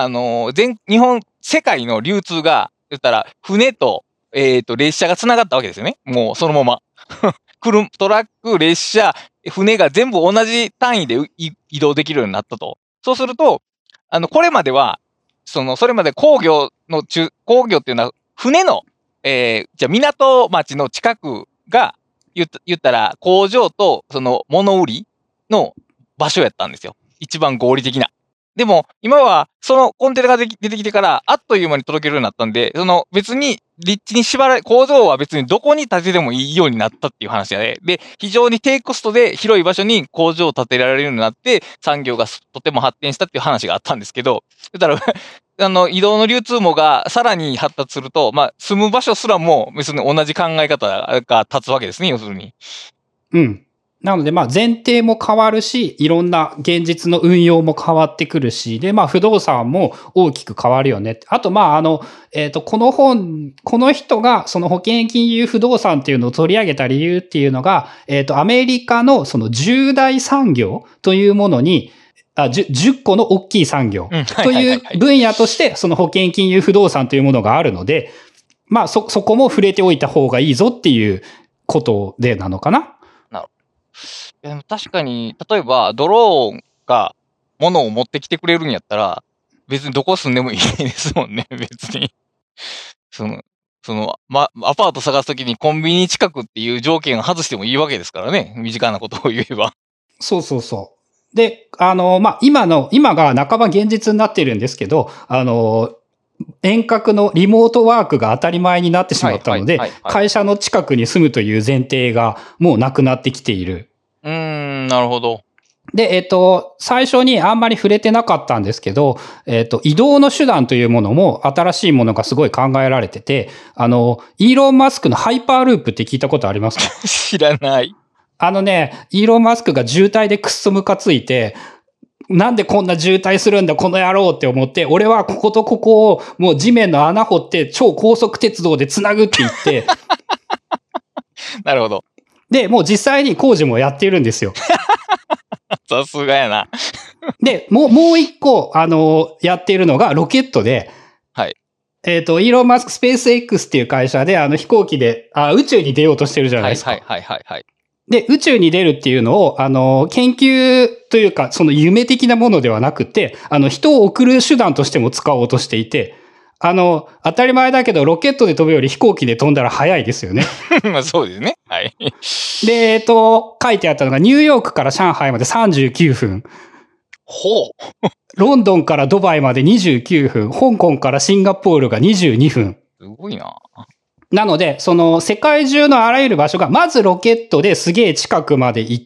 [SPEAKER 2] 世界の流通が、言ったら、船と、列車が繋がったわけですよね。もう、そのまま。トラック、列車、船が全部同じ単位で移動できるようになったと。そうすると、これまでは、それまで工業っていうのは、船の、じゃあ港町の近くが、言ったら、工場と、物売りの場所やったんですよ。一番合理的な。でも、今は、そのコンテナが出てきてから、あっという間に届けるようになったんで、別に、立地に工場は別にどこに建ててもいいようになったっていう話で、非常に低コストで広い場所に工場を建てられるようになって、産業がとても発展したっていう話があったんですけど、だから移動の流通網がさらに発達すると、住む場所すらも別に同じ考え方が立つわけですね、要するに。
[SPEAKER 1] うん。なので、前提も変わるし、いろんな現実の運用も変わってくるし、で、不動産も大きく変わるよね。あと、この人が、その保険金融不動産っていうのを取り上げた理由っていうのが、アメリカのその重大産業というものに、10個の大きい産業という分野として、その保険金融不動産というものがあるので、そこも触れておいた方がいいぞっていうことでなのかな。
[SPEAKER 2] でも確かに、例えばドローンが物を持ってきてくれるんやったら、別にどこ住んでもいいですもんね、別に。 アパート探すときにコンビニ近くっていう条件を外してもいいわけですからね。身近なことを言えば。
[SPEAKER 1] そうそうそう。で、今が半ば現実になってるんですけど、遠隔のリモートワークが当たり前になってしまったので、会社の近くに住むという前提がもうなくなってきている。
[SPEAKER 2] なるほど。
[SPEAKER 1] で、最初にあんまり触れてなかったんですけど、移動の手段というものも新しいものがすごい考えられてて、イーロン・マスクのハイパーループって聞いたことありますか？
[SPEAKER 2] 知らない。
[SPEAKER 1] イーロン・マスクが渋滞でくっそムカついて、なんでこんな渋滞するんだ、この野郎って思って、俺はこことここをもう地面の穴掘って超高速鉄道で繋ぐって言って、
[SPEAKER 2] なるほど。
[SPEAKER 1] で、もう実際に工事もやっているんですよ。
[SPEAKER 2] さすがやな。
[SPEAKER 1] で、もう一個、やっているのがロケットで、
[SPEAKER 2] はい。
[SPEAKER 1] イーロン・マスク、スペース X っていう会社で、飛行機で、宇宙に出ようとしてるじゃないですか。
[SPEAKER 2] はい。
[SPEAKER 1] で、宇宙に出るっていうのを、研究というか、その夢的なものではなくて、人を送る手段としても使おうとしていて、当たり前だけど、ロケットで飛ぶより飛行機で飛んだら早いですよね。
[SPEAKER 2] まあそうですね。はい。
[SPEAKER 1] で、書いてあったのが、ニューヨークから上海まで39分。
[SPEAKER 2] ほう。
[SPEAKER 1] ロンドンからドバイまで29分。香港からシンガポールが22分。
[SPEAKER 2] すごいな。
[SPEAKER 1] なので、世界中のあらゆる場所が、まずロケットですげえ近くまで行って、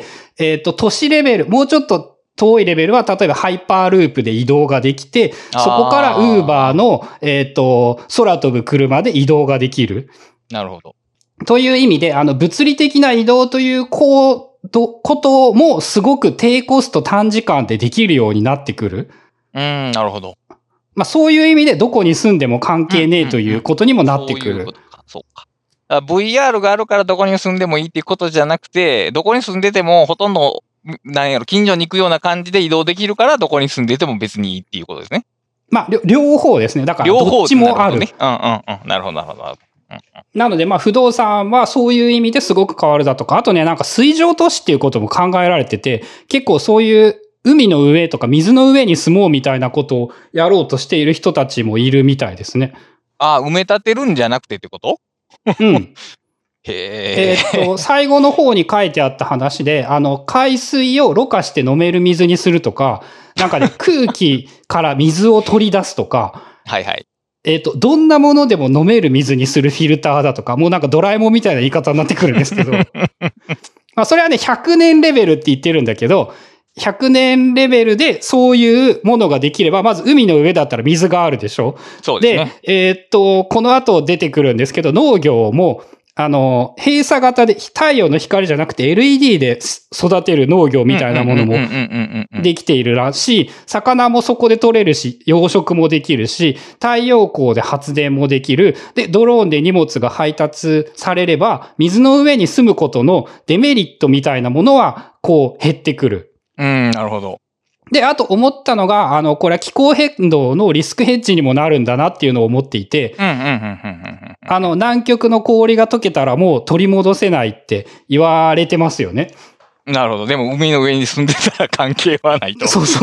[SPEAKER 1] 都市レベル、もうちょっと遠いレベルは、例えばハイパーループで移動ができて、そこからウーバーの、空飛ぶ車で移動ができる。
[SPEAKER 2] なるほど。
[SPEAKER 1] という意味で、物理的な移動ということもすごく低コスト短時間でできるようになってくる。
[SPEAKER 2] なるほど。
[SPEAKER 1] まあそういう意味でどこに住んでも関係ねえということにもなってくる。
[SPEAKER 2] そういうことか。そうか。VR があるからどこに住んでもいいっていうことじゃなくて、どこに住んでてもほとんど、近所に行くような感じで移動できるからどこに住んでても別にいいっていうことですね。
[SPEAKER 1] まあ、両方ですね。だからどっちもある。
[SPEAKER 2] なるほど。
[SPEAKER 1] なので、まあ、不動産はそういう意味ですごく変わるだとか、あとね、なんか水上都市っていうことも考えられてて、結構そういう海の上とか水の上に住もうみたいなことをやろうとしている人たちもいるみたいですね。
[SPEAKER 2] 埋め立てるんじゃなくてってこと？
[SPEAKER 1] うん。
[SPEAKER 2] へえ。
[SPEAKER 1] 最後の方に書いてあった話で、海水をろ過して飲める水にするとか、なんかね、空気から水を取り出すとか、
[SPEAKER 2] はい。
[SPEAKER 1] どんなものでも飲める水にするフィルターだとか、もうなんかドラえもんみたいな言い方になってくるんですけど、まあそれはね、100年レベルって言ってるんだけど、100年レベルでそういうものができれば、まず海の上だったら水があるでしょ。
[SPEAKER 2] そうですね。
[SPEAKER 1] で、この後出てくるんですけど、農業も、閉鎖型で太陽の光じゃなくて LED で育てる農業みたいなものもできているらしい。魚もそこで取れるし、養殖もできるし、太陽光で発電もできる。で、ドローンで荷物が配達されれば、水の上に住むことのデメリットみたいなものは、こう減ってくる。
[SPEAKER 2] なるほど。
[SPEAKER 1] で、あと思ったのが、これは気候変動のリスクヘッジにもなるんだなっていうのを思っていて、南極の氷が溶けたらもう取り戻せないって言われてますよね。
[SPEAKER 2] なるほど。でも海の上に住んでたら関係はないと。
[SPEAKER 1] そう、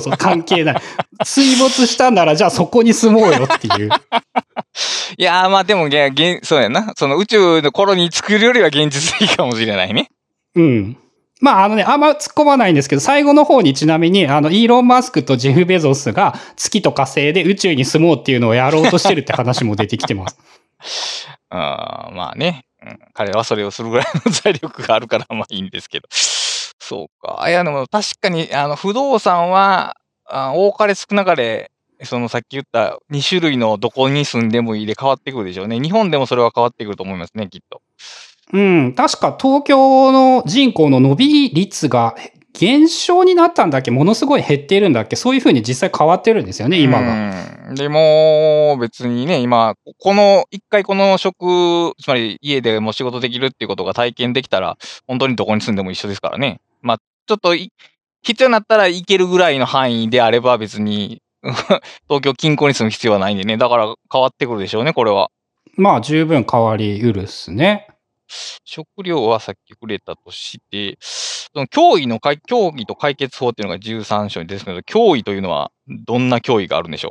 [SPEAKER 1] 関係ない。水没したんならじゃあそこに住もうよっていう。
[SPEAKER 2] いやーまあでも、そうやな。その宇宙の頃に作るよりは現実的かもしれないね。
[SPEAKER 1] うん。まああんま突っ込まないんですけど、最後の方にちなみに、イーロン・マスクとジェフ・ベゾスが月と火星で宇宙に住もうっていうのをやろうとしてるって話も出てきてます。
[SPEAKER 2] まあね、彼はそれをするぐらいの財力があるからまあいいんですけど。そうか。いやでも確かに、不動産は、多かれ少なかれ、さっき言った2種類のどこに住んでもいいで変わってくるでしょうね。日本でもそれは変わってくると思いますね、きっと。
[SPEAKER 1] うん、確か東京の人口の伸び率が減少になったんだっけ、ものすごい減っているんだっけ、そういうふうに実際変わってるんですよね、今が。
[SPEAKER 2] でも、別にね、今、一回このつまり家でも仕事できるっていうことが体験できたら、本当にどこに住んでも一緒ですからね。まあ、ちょっと必要になったら行けるぐらいの範囲であれば別に、東京近郊に住む必要はないんでね。だから変わってくるでしょうね、これは。
[SPEAKER 1] まあ、十分変わりうるっすね。
[SPEAKER 2] 食料はさっき触れたとして、その脅威と解決法っていうのが13章に出てくるけど、脅威というのはどんな脅威があるんでしょう？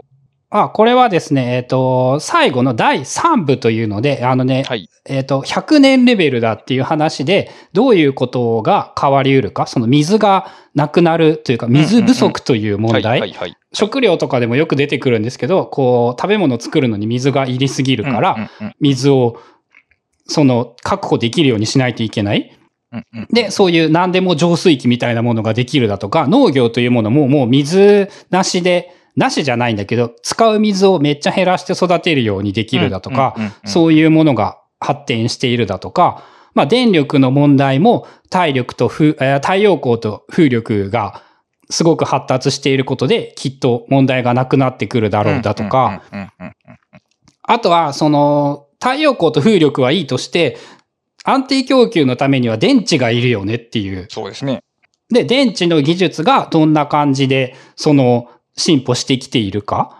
[SPEAKER 1] これはですね、最後の第3部というので、
[SPEAKER 2] はい。
[SPEAKER 1] 100年レベルだっていう話で、どういうことが変わり得るか、その水がなくなるというか、水不足という問
[SPEAKER 2] はいはい
[SPEAKER 1] 題。
[SPEAKER 2] はい。
[SPEAKER 1] 食料とかでもよく出てくるんですけど、こう、食べ物を作るのに水がいりすぎるから、水を、確保できるようにしないといけない。で、そういう何でも浄水器みたいなものができるだとか、農業というものももう水なしじゃないんだけど、使う水をめっちゃ減らして育てるようにできるだとか、そういうものが発展しているだとか、まあ電力の問題も太陽光と風力がすごく発達していることで、きっと問題がなくなってくるだろうだとか、あとは太陽光と風力はいいとして、安定供給のためには電池がいるよねっていう。
[SPEAKER 2] そうですね。
[SPEAKER 1] で、電池の技術がどんな感じで、進歩してきているか。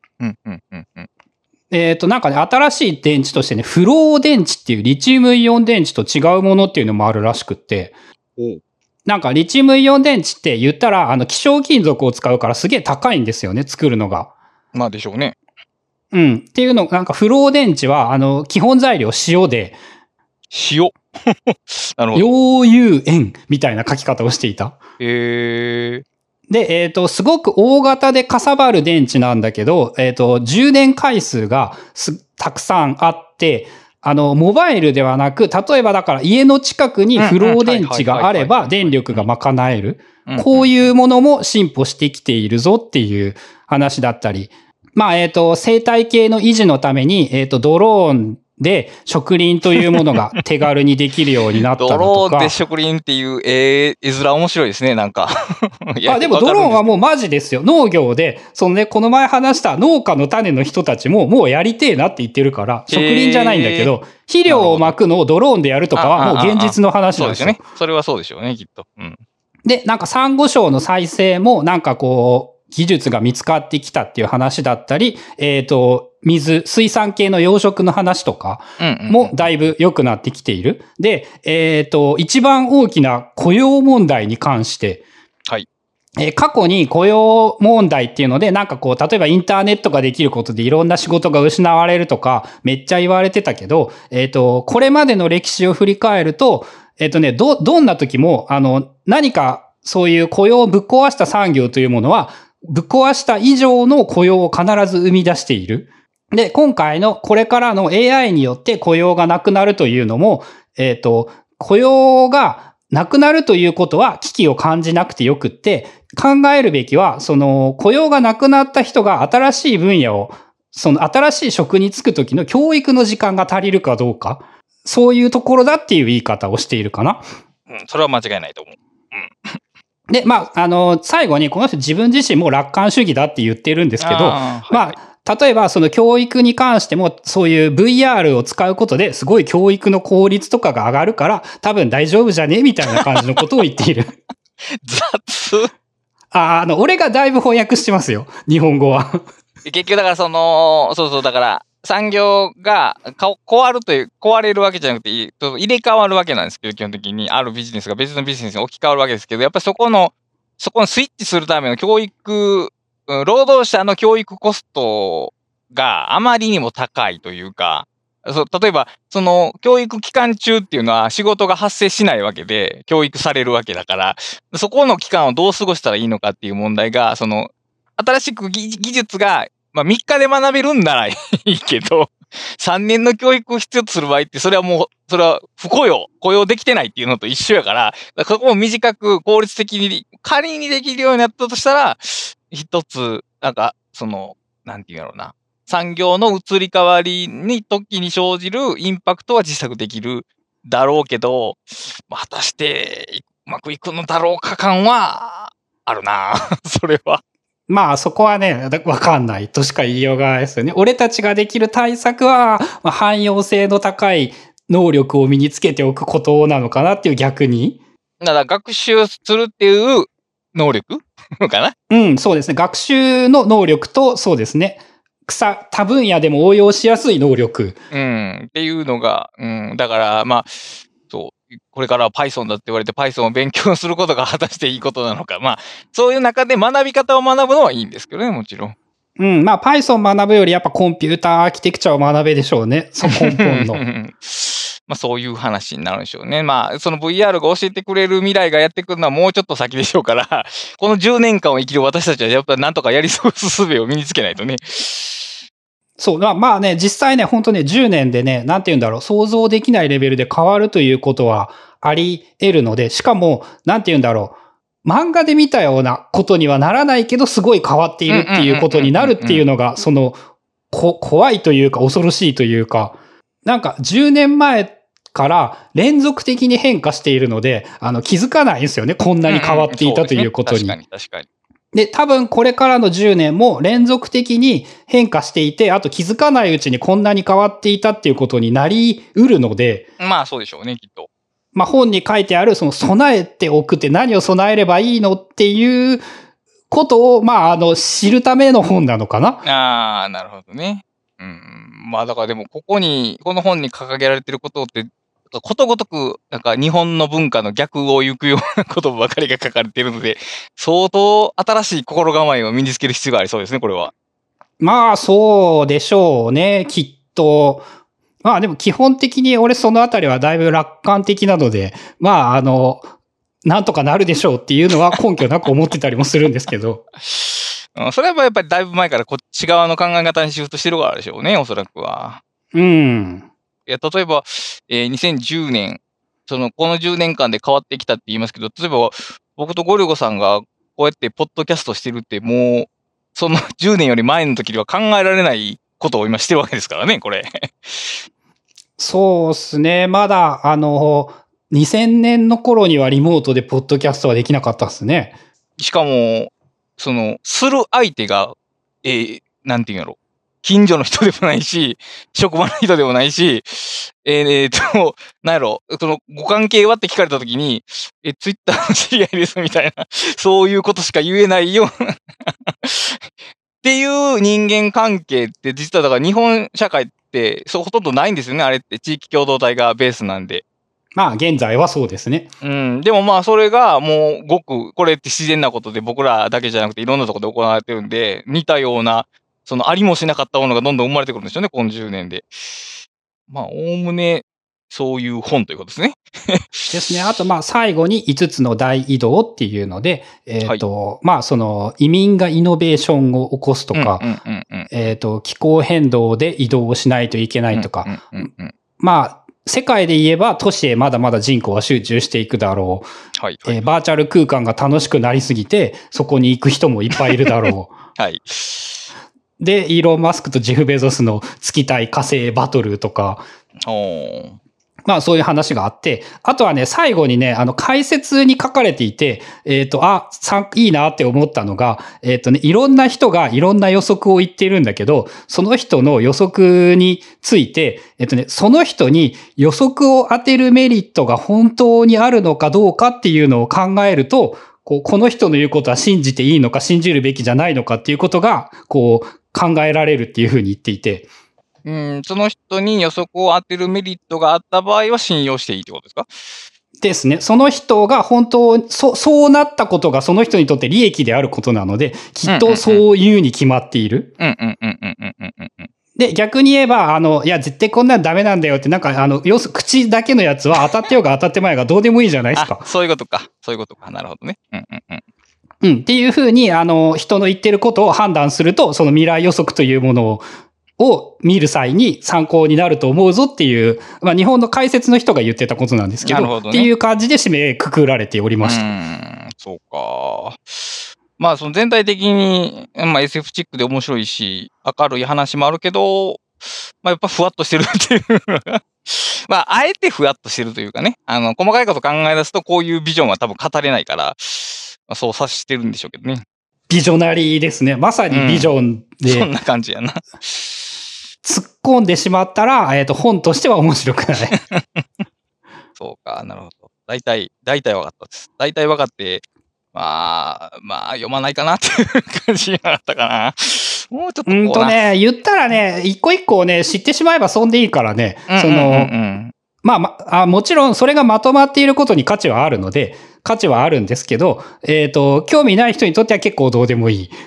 [SPEAKER 1] なんかね、新しい電池としてね、フロー電池っていうリチウムイオン電池と違うものっていうのもあるらしくって。なんかリチウムイオン電池って言ったら、希少金属を使うからすげえ高いんですよね、作るのが。
[SPEAKER 2] まあでしょうね。
[SPEAKER 1] うん。っていうの、なんかフロー電池は、基本材料塩で、
[SPEAKER 2] 塩なるほど。
[SPEAKER 1] 溶融塩みたいな書き方をしていた。
[SPEAKER 2] へ
[SPEAKER 1] で、すごく大型でかさばる電池なんだけど、充電回数がたくさんあって、モバイルではなく、例えばだから家の近くにフロー電池があれば電力が賄える。こういうものも進歩してきているぞっていう話だったり。まあ、生態系の維持のために、ドローンで植林というものが手軽にできるようになったりとか。
[SPEAKER 2] ドローンで植林っていう絵面面白いですね、なんか。
[SPEAKER 1] でもドローンはもうマジですよ。農業で、この前話した農家の種の人たちももうやりてえなって言ってるから、植林じゃないんだけど、肥料をまくのをドローンでやるとかはもう現実の話なんですよ。
[SPEAKER 2] そうですよね。それはそうでしょうね、きっと。
[SPEAKER 1] で、なんかサンゴ礁の再生もなんかこう、技術が見つかってきたっていう話だったり、水産系の養殖の話とかもだいぶ良くなってきている。で、一番大きな雇用問題に関して、
[SPEAKER 2] はい。
[SPEAKER 1] 過去に雇用問題っていうので、なんかこう、例えばインターネットができることでいろんな仕事が失われるとか、めっちゃ言われてたけど、これまでの歴史を振り返ると、どんな時も、何かそういう雇用をぶっ壊した産業というものは、ぶっ壊した以上の雇用を必ず生み出している。で、今回のこれからの AI によって雇用がなくなるというのも、雇用がなくなるということは危機を感じなくてよくって、考えるべきは、雇用がなくなった人が新しい分野を、新しい職に就くときの教育の時間が足りるかどうか、そういうところだっていう言い方をしているかな。
[SPEAKER 2] それは間違いないと思う。
[SPEAKER 1] で、まあ、最後にこの人自分自身も楽観主義だって言ってるんですけど、まあ、例えばその教育に関してもそういう VR を使うことですごい教育の効率とかが上がるから多分大丈夫じゃねみたいな感じのことを言っている。
[SPEAKER 2] 雑
[SPEAKER 1] 俺がだいぶ翻訳してますよ。日本語は。
[SPEAKER 2] 結局だからそうだから産業が壊れるわけじゃなくて入れ替わるわけなんですけど、基本的にあるビジネスが別のビジネスに置き換わるわけですけど、やっぱりそこのスイッチするための労働者の教育コストがあまりにも高いというか、例えば、教育期間中っていうのは仕事が発生しないわけで、教育されるわけだから、そこの期間をどう過ごしたらいいのかっていう問題が、新しく技術が、まあ3日で学べるんならいいけど、3年の教育を必要とする場合って、それは不雇用できてないっていうのと一緒やから、そこを短く効率的に、仮にできるようになったとしたら、一つ、なんか、なんていうんやろうな。産業の移り変わり時に生じるインパクトは自作できるだろうけど、果たしてうまくいくのだろうか感はあるなそれは。
[SPEAKER 1] まあそこはね、わかんないとしか言いようがないですよね。俺たちができる対策は、汎用性の高い能力を身につけておくことなのかなっていう逆に。
[SPEAKER 2] だから学習するっていう能力かな？
[SPEAKER 1] うん、そうですね。学習の能力と、そうですね。多分野でも応用しやすい能力。
[SPEAKER 2] っていうのが、だからまあ、これからは Python だって言われて Python を勉強することが果たしていいことなのか。まあ、そういう中で学び方を学ぶのはいいんですけどね、もちろん。
[SPEAKER 1] うん、まあ Python 学ぶよりやっぱコンピューターアーキテクチャを学べでしょうね。根本の。
[SPEAKER 2] まあそういう話になるんでしょうね。まあその VR が教えてくれる未来がやってくるのはもうちょっと先でしょうから、この10年間を生きる私たちはやっぱなんとかやり過ごす術を身につけないとね。
[SPEAKER 1] そう、まあね、実際ね、本当ね、10年でね、なんて言うんだろう、想像できないレベルで変わるということはあり得るので、しかも、なんて言うんだろう、漫画で見たようなことにはならないけど、すごい変わっているっていうことになるっていうのが、怖いというか、恐ろしいというか、なんか10年前から連続的に変化しているので、気づかないんですよね、こんなに変わっていたということに。
[SPEAKER 2] 確かに、確かに。
[SPEAKER 1] で、多分これからの10年も連続的に変化していて、あと気づかないうちにこんなに変わっていたっていうことになり得るので、
[SPEAKER 2] まあそうでしょうね、きっと。
[SPEAKER 1] まあ本に書いてあるその備えておくって何を備えればいいのっていうことを、まあ知るための本なのかな。
[SPEAKER 2] ああ、なるほどね。まあだからでもこの本に掲げられてることって、ことごとく、なんか日本の文化の逆を行くようなことばかりが書かれているので、相当新しい心構えを身につける必要がありそうですね、これは。
[SPEAKER 1] まあそうでしょうね、きっと。まあでも基本的に俺そのあたりはだいぶ楽観的なので、まあなんとかなるでしょうっていうのは根拠なく思ってたりもするんですけど。
[SPEAKER 2] それはやっぱりだいぶ前からこっち側の考え方にシフトしてるからでしょうね、おそらくは。
[SPEAKER 1] うん。
[SPEAKER 2] いや、例えば、2010年、この10年間で変わってきたって言いますけど、例えば、僕とゴルゴさんがこうやってポッドキャストしてるって、もう、その10年より前の時には考えられないことを今してるわけですからね、これ。
[SPEAKER 1] そうですね。まだ、2000年の頃にはリモートでポッドキャストはできなかったですね。
[SPEAKER 2] しかも、する相手が、なんていうんやろ。近所の人でもないし、職場の人でもないし、なんやろ、ご関係はって聞かれたときに、ツイッターの知り合いですみたいな、そういうことしか言えないよっていう人間関係って、実はだから日本社会って、ほとんどないんですよね、あれって。地域共同体がベースなんで。
[SPEAKER 1] まあ、現在はそうですね。
[SPEAKER 2] でもまあ、それがもう、これって自然なことで僕らだけじゃなくていろんなところで行われてるんで、似たような、ありもしなかったものがどんどん生まれてくるんですよね、この10年で。まあ、おおむね、そういう本ということですね。
[SPEAKER 1] ですね。あと、まあ、最後に5つの大移動っていうので、まあ、移民がイノベーションを起こすとか、気候変動で移動をしないといけないとか、まあ、世界で言えば都市へまだまだ人口は集中していくだろう。バーチャル空間が楽しくなりすぎて、そこに行く人もいっぱいいるだろ
[SPEAKER 2] う。はい。
[SPEAKER 1] で、イーロン・マスクとジェフ・ベゾスの月対火星バトルとか、まあそういう話があって、あとはね、最後にね、解説に書かれていて、いいなって思ったのが、いろんな人がいろんな予測を言っているんだけど、その人の予測について、その人に予測を当てるメリットが本当にあるのかどうかっていうのを考えると、この人の言うことは信じていいのか信じるべきじゃないのかっていうことが、考えられるっていうふうに言っていて、
[SPEAKER 2] その人に予測を当てるメリットがあった場合は信用していいってことですか？
[SPEAKER 1] ですね。その人が本当、そうなったことがその人にとって利益であることなので、きっとそういうに決まっている。で、逆に言えば、いや、絶対こんなんダメなんだよって、なんか、口だけのやつは当たってようが当たってまいがどうでもいいじゃないですか。
[SPEAKER 2] そういうことか。そういうことか。なるほどね。
[SPEAKER 1] っていうふうに、人の言ってることを判断すると、その未来予測というものを見る際に参考になると思うぞっていう、まあ日本の解説の人が言ってたことなんですけど、っていう感じで締めくくられておりました。
[SPEAKER 2] そうか。まあ全体的に、まあ SF チックで面白いし、明るい話もあるけど、まあやっぱふわっとしてるっていうまああえてふわっとしてるというかね、細かいこと考え出すとこういうビジョンは多分語れないから、そう察してるんでしょうけどね。
[SPEAKER 1] ビジョナリーですね。まさにビジョンで。
[SPEAKER 2] そんな感じやな。
[SPEAKER 1] 突っ込んでしまったら、本としては面白くない。
[SPEAKER 2] そうか、なるほど。大体分かったです。大体分かって、まあ、読まないかなっていう感じになったかな。もうちょっと
[SPEAKER 1] 言ったらね、一個一個ね、知ってしまえばそんでいいからね。もちろんそれがまとまっていることに価値はあるので、価値はあるんですけど、興味ない人にとっては結構どうでもいい。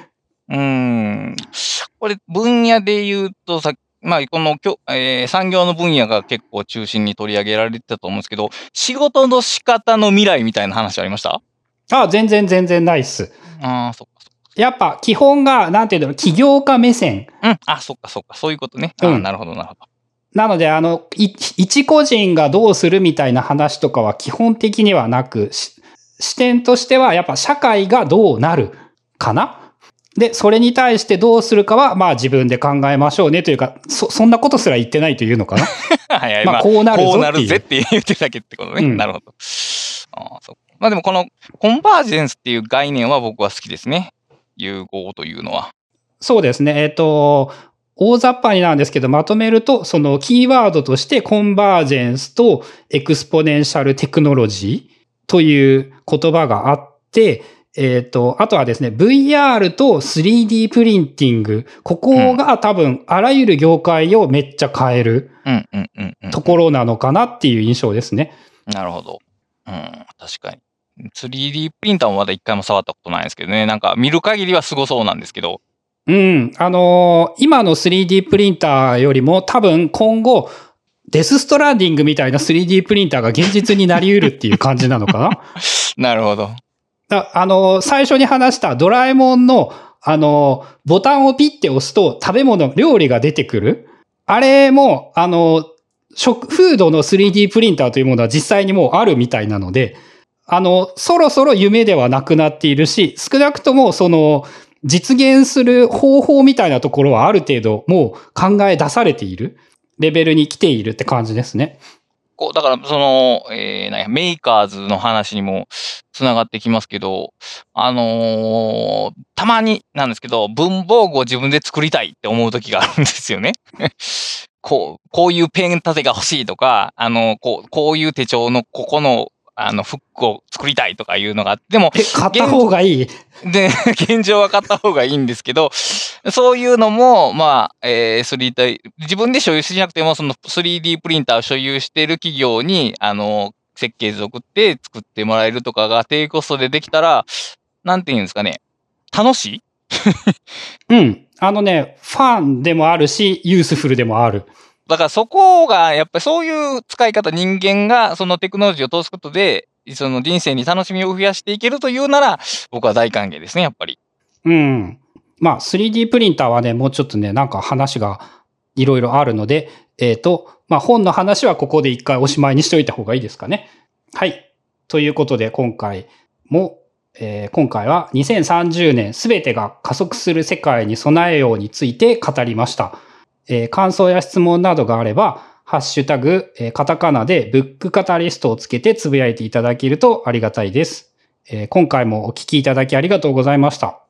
[SPEAKER 2] これ分野で言うとまあ、この産業の分野が結構中心に取り上げられてたと思うんですけど、仕事の仕方の未来みたいな話ありました？
[SPEAKER 1] 全然ないっす。
[SPEAKER 2] ああ、そっか。
[SPEAKER 1] やっぱ基本が、なんていうの、起業家目線。
[SPEAKER 2] そっか。そういうことね。なるほど。
[SPEAKER 1] なので、一個人がどうするみたいな話とかは基本的にはなく、視点としてはやっぱ社会がどうなるかな。で、それに対してどうするかは、まあ自分で考えましょうねというか、そんなことすら言ってないというのかな。まあこうなるぞっていう。
[SPEAKER 2] こうなるぜって言ってるだけってことね。なるほど。まあでもこのコンバージェンスっていう概念は僕は好きですね。融合というのは。
[SPEAKER 1] そうですね。大雑把になんですけど、まとめると、そのキーワードとしてコンバージェンスとエクスポネンシャルテクノロジーという言葉があって、あとはですね、VR と 3D プリンティング。ここが多分、あらゆる業界をめっちゃ変えるところなのかなっていう印象ですね。
[SPEAKER 2] なるほど。確かに。3D プリンターもまだ一回も触ったことないんですけどね。なんか見る限りはすごそうなんですけど。
[SPEAKER 1] 今の 3D プリンターよりも多分今後、デスストランディングみたいな 3D プリンターが現実になり得るっていう感じなのかな。
[SPEAKER 2] なるほど。
[SPEAKER 1] 最初に話したドラえもんの、ボタンをピッて押すと食べ物、料理が出てくる。あれも、フードの 3D プリンターというものは実際にもうあるみたいなので、そろそろ夢ではなくなっているし、少なくとも実現する方法みたいなところはある程度もう考え出されているレベルに来ているって感じですね。
[SPEAKER 2] だから、メーカーズの話にもつながってきますけど、たまになんですけど、文房具を自分で作りたいって思う時があるんですよね。こういうペン立てが欲しいとか、こういう手帳のここのフックを作りたいとかいうのがあって、でも、
[SPEAKER 1] 買った方がいい。
[SPEAKER 2] で、現状は買った方がいいんですけど、そういうのも、まあ、自分で所有しなくても、その 3D プリンターを所有している企業に、設計図を送って作ってもらえるとかが低コストでできたら、なんていうんですかね、楽しい
[SPEAKER 1] ファンでもあるし、ユースフルでもある。
[SPEAKER 2] だからそこが、やっぱりそういう使い方、人間がそのテクノロジーを通すことで、その人生に楽しみを増やしていけるというなら、僕は大歓迎ですね、やっぱり。
[SPEAKER 1] まあ 3D プリンターはね、もうちょっとね、なんか話がいろいろあるので、まあ本の話はここで一回おしまいにしておいた方がいいですかね。はい。ということで今回は2030年すべてが加速する世界に備えようについて語りました。感想や質問などがあれば、ハッシュタグ、カタカナでブックカタリストをつけてつぶやいていただけるとありがたいです。今回もお聞きいただきありがとうございました。